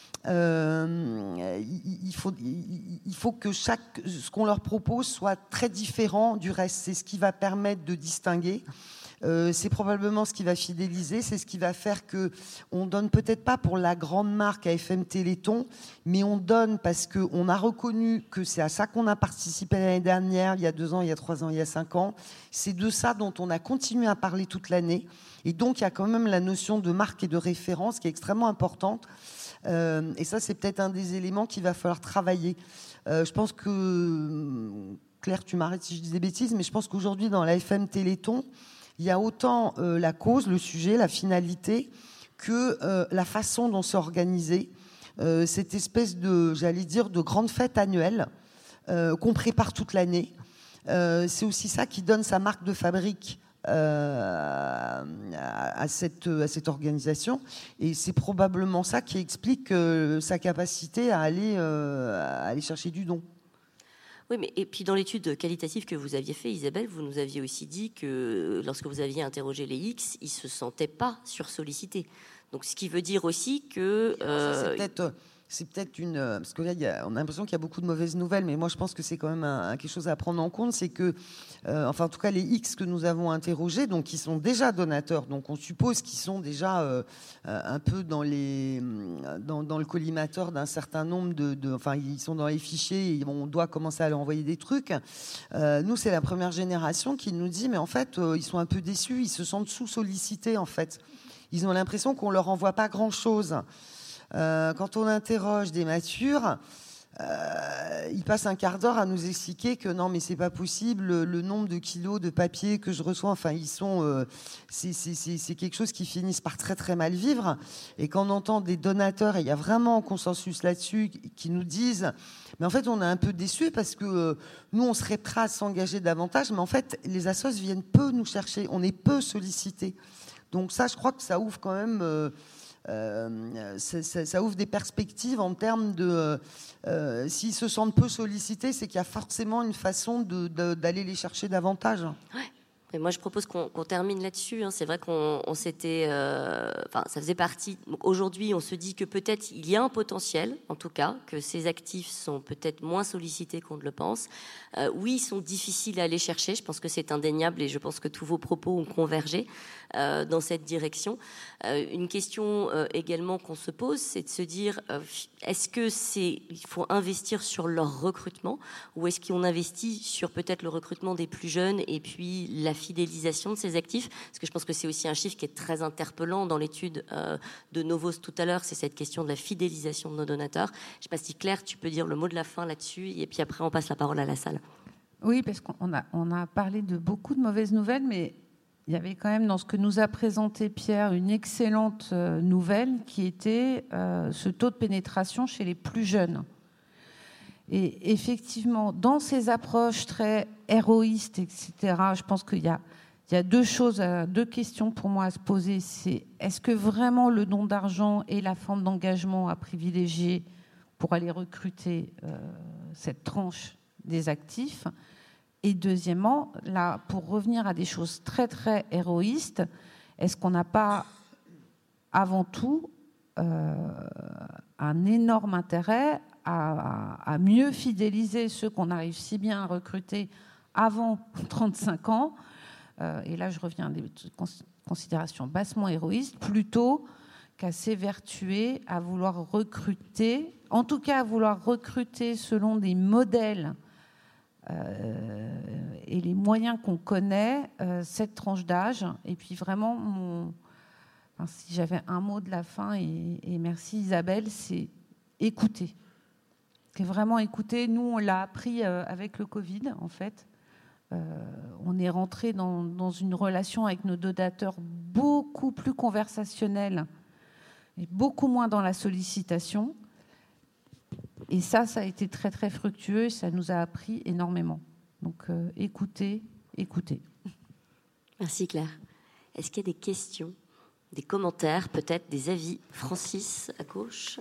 Euh, il, faut, il faut que chaque, ce qu'on leur propose soit très différent du reste. C'est ce qui va permettre de distinguer. Euh, c'est probablement ce qui va fidéliser. C'est ce qui va faire que on donne peut-être pas pour la grande marque à F M Téléthon, mais on donne parce que on a reconnu que c'est à ça qu'on a participé l'année dernière, il y a deux ans, il y a trois ans, il y a cinq ans. C'est de ça dont on a continué à parler toute l'année. Et donc il y a quand même la notion de marque et de référence qui est extrêmement importante. Euh, et ça, c'est peut-être un des éléments qu'il va falloir travailler. Euh, je pense que, Claire, tu m'arrêtes si je dis des bêtises, mais je pense qu'aujourd'hui, dans la F M Téléthon, il y a autant euh, la cause, le sujet, la finalité, que euh, la façon dont c'est organisé. Euh, cette espèce de, j'allais dire, de grande fête annuelle euh, qu'on prépare toute l'année. Euh, c'est aussi ça qui donne sa marque de fabrique Euh, à, cette, à cette organisation, et c'est probablement ça qui explique euh, sa capacité à aller, euh, à aller chercher du don. Oui, mais et puis dans l'étude qualitative que vous aviez fait, Isabelle, vous nous aviez aussi dit que lorsque vous aviez interrogé les X, ils se sentaient pas sursollicités. Donc ce qui veut dire aussi que euh, ça, c'est peut-être C'est peut-être une... Parce que là, il y a, on a l'impression qu'il y a beaucoup de mauvaises nouvelles, mais moi, je pense que c'est quand même un, un, quelque chose à prendre en compte. C'est que, euh, enfin, en tout cas, les X que nous avons interrogés, donc, qui sont déjà donateurs, donc on suppose qu'ils sont déjà euh, un peu dans, les, dans, dans le collimateur d'un certain nombre de, de... Enfin, ils sont dans les fichiers et on doit commencer à leur envoyer des trucs. Euh, nous, c'est la première génération qui nous dit, mais en fait, euh, ils sont un peu déçus, ils se sentent sous-sollicités, en fait. Ils ont l'impression qu'on leur envoie pas grand-chose. Euh, quand on interroge des matures, euh, ils passent un quart d'heure à nous expliquer que non, mais c'est pas possible, le, le nombre de kilos de papier que je reçois, enfin, ils sont, euh, c'est, c'est, c'est, c'est quelque chose qui finissent par très très mal vivre. Et quand on entend des donateurs, et il y a vraiment un consensus là-dessus, qui nous disent, mais en fait, on est un peu déçus parce que euh, nous, on serait prêts à s'engager davantage, mais en fait, les assos viennent peu nous chercher, on est peu sollicités. Donc ça, je crois que ça ouvre quand même. Euh, euh, ça, ça ouvre des perspectives en termes de... Euh, s'ils se sentent peu sollicités, c'est qu'il y a forcément une façon de, de, d'aller les chercher davantage. Ouais. Et moi, je propose qu'on, qu'on termine là-dessus. Hein. C'est vrai qu'on on s'était... Euh, enfin, ça faisait partie... Aujourd'hui, on se dit que peut-être il y a un potentiel, en tout cas, que ces actifs sont peut-être moins sollicités qu'on ne le pense. Euh, oui, ils sont difficiles à aller chercher. Je pense que c'est indéniable et je pense que tous vos propos ont convergé euh, dans cette direction. Euh, une question euh, également qu'on se pose, c'est de se dire, euh, est-ce que c'est... Il faut investir sur leur recrutement ou est-ce qu'on investit sur peut-être le recrutement des plus jeunes et puis la fidélisation de ces actifs, parce que je pense que c'est aussi un chiffre qui est très interpellant dans l'étude euh, de Novos tout à l'heure, c'est cette question de la fidélisation de nos donateurs. Je ne sais pas si Claire, tu peux dire le mot de la fin là-dessus, et puis après on passe la parole à la salle. Oui, parce qu'on a, on a parlé de beaucoup de mauvaises nouvelles, mais il y avait quand même dans ce que nous a présenté Pierre une excellente euh, nouvelle qui était euh, ce taux de pénétration chez les plus jeunes. Et effectivement, dans ces approches très héroïstes, et cetera, je pense qu'il y a, il y a deux choses, deux questions pour moi à se poser. C'est est-ce que vraiment le don d'argent est la forme d'engagement à privilégier pour aller recruter euh, cette tranche des actifs? Et deuxièmement, là, pour revenir à des choses très, très héroïstes, est-ce qu'on n'a pas avant tout euh, un énorme intérêt À, à mieux fidéliser ceux qu'on arrive si bien à recruter avant trente-cinq ans, euh, et là je reviens à des considérations bassement héroïstes, plutôt qu'à s'évertuer à vouloir recruter, en tout cas à vouloir recruter selon des modèles euh, et les moyens qu'on connaît, euh, cette tranche d'âge. Et puis vraiment, mon, enfin, si j'avais un mot de la fin, et, et merci Isabelle, c'est écouter. C'est vraiment écouter. Nous, on l'a appris avec le Covid, en fait. Euh, on est rentré dans, dans une relation avec nos donateurs beaucoup plus conversationnelle et beaucoup moins dans la sollicitation. Et ça, ça a été très, très fructueux. Ça nous a appris énormément. Donc, euh, écoutez, écoutez. Merci Claire. Est-ce qu'il y a des questions, des commentaires, peut-être des avis? Francis, à gauche.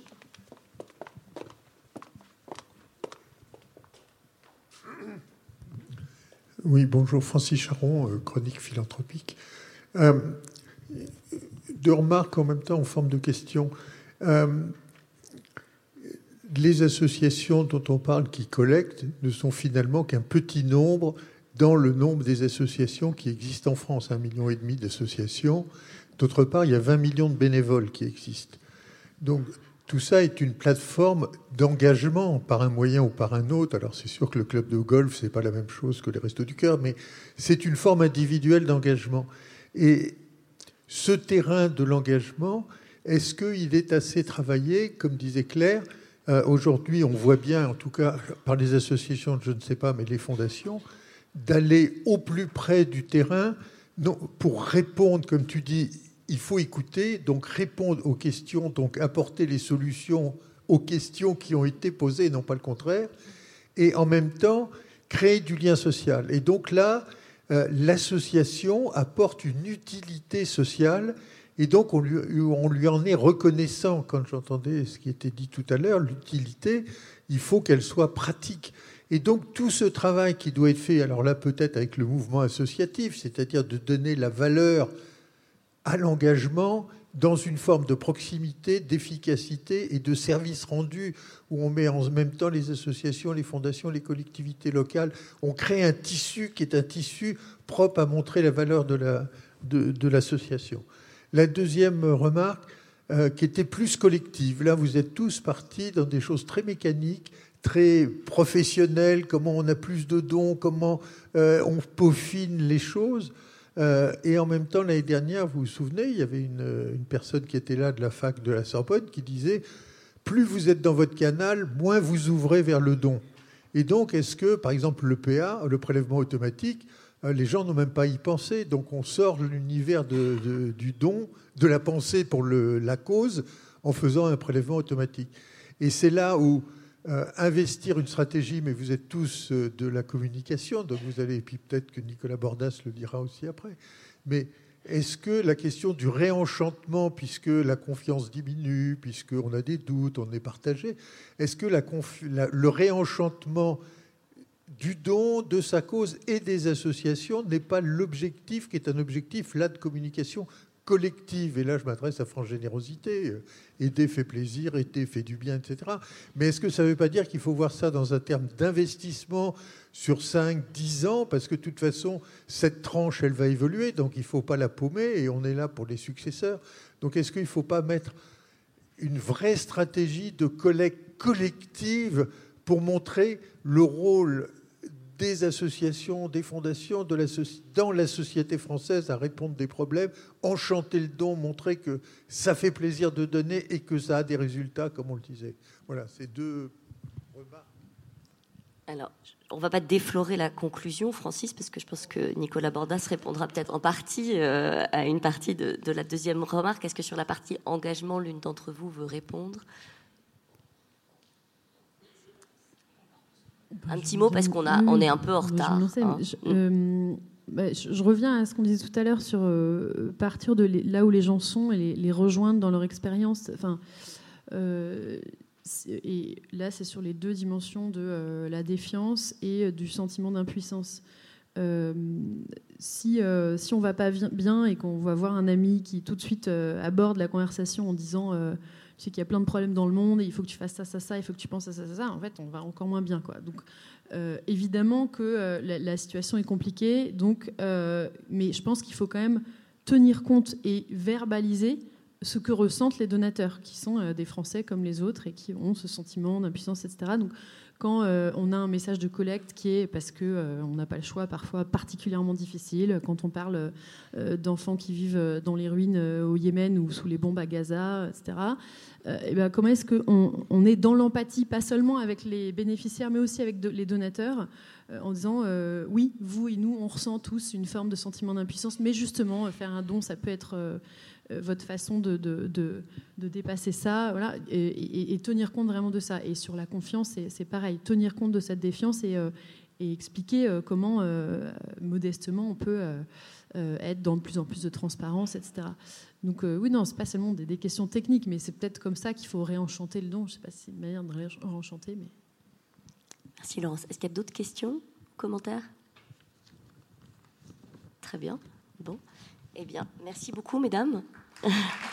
Oui, bonjour, Francis Charon, euh, chronique philanthropique. Euh, deux remarques en même temps en forme de question. Euh, les associations dont on parle qui collectent ne sont finalement qu'un petit nombre dans le nombre des associations qui existent en France, un million et demi d'associations. D'autre part, il y a vingt millions de bénévoles qui existent. Donc, tout ça est une plateforme d'engagement par un moyen ou par un autre. Alors c'est sûr que le club de golf, c'est pas la même chose que les Restos du Cœur, mais c'est une forme individuelle d'engagement. Et ce terrain de l'engagement, est-ce qu'il est assez travaillé, comme disait Claire? euh, Aujourd'hui, on voit bien, en tout cas par les associations, je ne sais pas, mais les fondations, d'aller au plus près du terrain non, pour répondre, comme tu dis, il faut écouter, donc répondre aux questions, donc apporter les solutions aux questions qui ont été posées, non pas le contraire, et en même temps créer du lien social. Et donc là, euh, l'association apporte une utilité sociale, et donc on lui, on lui en est reconnaissant. Quand j'entendais ce qui était dit tout à l'heure, l'utilité, il faut qu'elle soit pratique. Et donc tout ce travail qui doit être fait, alors là peut-être avec le mouvement associatif, c'est-à-dire de donner la valeur à l'engagement dans une forme de proximité, d'efficacité et de service rendu où on met en même temps les associations, les fondations, les collectivités locales. On crée un tissu qui est un tissu propre à montrer la valeur de, la, de, de l'association. La deuxième remarque, euh, qui était plus collective. Là, vous êtes tous partis dans des choses très mécaniques, très professionnelles, comment on a plus de dons, comment euh, on peaufine les choses. Euh, et en même temps, l'année dernière, vous vous souvenez, il y avait une, une personne qui était là de la fac de la Sorbonne qui disait « Plus vous êtes dans votre canal, moins vous ouvrez vers le don ». Et donc, est-ce que, par exemple, le P A, le prélèvement automatique, euh, les gens n'ont même pas à y penser. Donc, on sort de l'univers de, de, du don, de la pensée pour le, la cause, en faisant un prélèvement automatique. Et c'est là où Euh, investir une stratégie, mais vous êtes tous euh, de la communication, donc vous allez, et puis peut-être que Nicolas Bordas le dira aussi après, mais est-ce que la question du réenchantement, puisque la confiance diminue, puisqu'on a des doutes, on est partagé, est-ce que la conf... la... le réenchantement du don, de sa cause et des associations n'est pas l'objectif, qui est un objectif là de communication collective? Et là, je m'adresse à France Générosité. Aider fait plaisir, aider fait du bien, et cetera. Mais est-ce que ça ne veut pas dire qu'il faut voir ça dans un terme d'investissement sur cinq, dix ans? Parce que de toute façon, cette tranche, elle va évoluer, donc il ne faut pas la paumer, et on est là pour les successeurs. Donc est-ce qu'il ne faut pas mettre une vraie stratégie de collecte collective pour montrer le rôle des associations, des fondations, de la soci... dans la société française à répondre des problèmes, enchanter le don, montrer que ça fait plaisir de donner et que ça a des résultats, comme on le disait. Voilà, ces deux remarques. Alors, on ne va pas déflorer la conclusion, Francis, parce que je pense que Nicolas Bordas répondra peut-être en partie euh, à une partie de, de la deuxième remarque. Est-ce que sur la partie engagement, l'une d'entre vous veut répondre ? Un petit mot parce qu'on a, oui, on est un peu en retard. Je, sais, hein. je, euh, bah, je, je reviens à ce qu'on disait tout à l'heure sur euh, partir de les, là où les gens sont et les, les rejoindre dans leur expérience. Enfin, euh, et là, c'est sur les deux dimensions de euh, la défiance et euh, du sentiment d'impuissance. Euh, si, euh, si on ne va pas bien et qu'on va voir un ami qui tout de suite euh, aborde la conversation en disant euh, tu sais qu'il y a plein de problèmes dans le monde et il faut que tu fasses ça, ça, ça, il faut que tu penses à ça, ça, ça, en fait, on va encore moins bien, quoi. Donc, euh, évidemment que euh, la, la situation est compliquée, donc, euh, mais je pense qu'il faut quand même tenir compte et verbaliser ce que ressentent les donateurs, qui sont euh, des Français comme les autres et qui ont ce sentiment d'impuissance, et cetera. Donc, quand euh, on a un message de collecte qui est, parce qu'on euh, n'a pas le choix, parfois particulièrement difficile, quand on parle euh, d'enfants qui vivent dans les ruines euh, au Yémen ou sous les bombes à Gaza, et cetera, euh, et ben, comment est-ce qu'on on est dans l'empathie, pas seulement avec les bénéficiaires, mais aussi avec de, les donateurs, euh, en disant, euh, oui, vous et nous, on ressent tous une forme de sentiment d'impuissance, mais justement, euh, faire un don, ça peut être... Euh, votre façon de, de, de, de dépasser ça, voilà, et, et, et tenir compte vraiment de ça. Et sur la confiance, c'est, c'est pareil, tenir compte de cette défiance et, euh, et expliquer euh, comment, euh, modestement, on peut euh, euh, être dans de plus en plus de transparence, et cetera. Donc euh, oui, non, c'est pas seulement des, des questions techniques, mais c'est peut-être comme ça qu'il faut réenchanter le don. Je ne sais pas si c'est une manière de réenchanter, mais... Merci Laurence. Est-ce qu'il y a d'autres questions, commentaires ? Très bien. Bon. Eh bien, merci beaucoup, mesdames.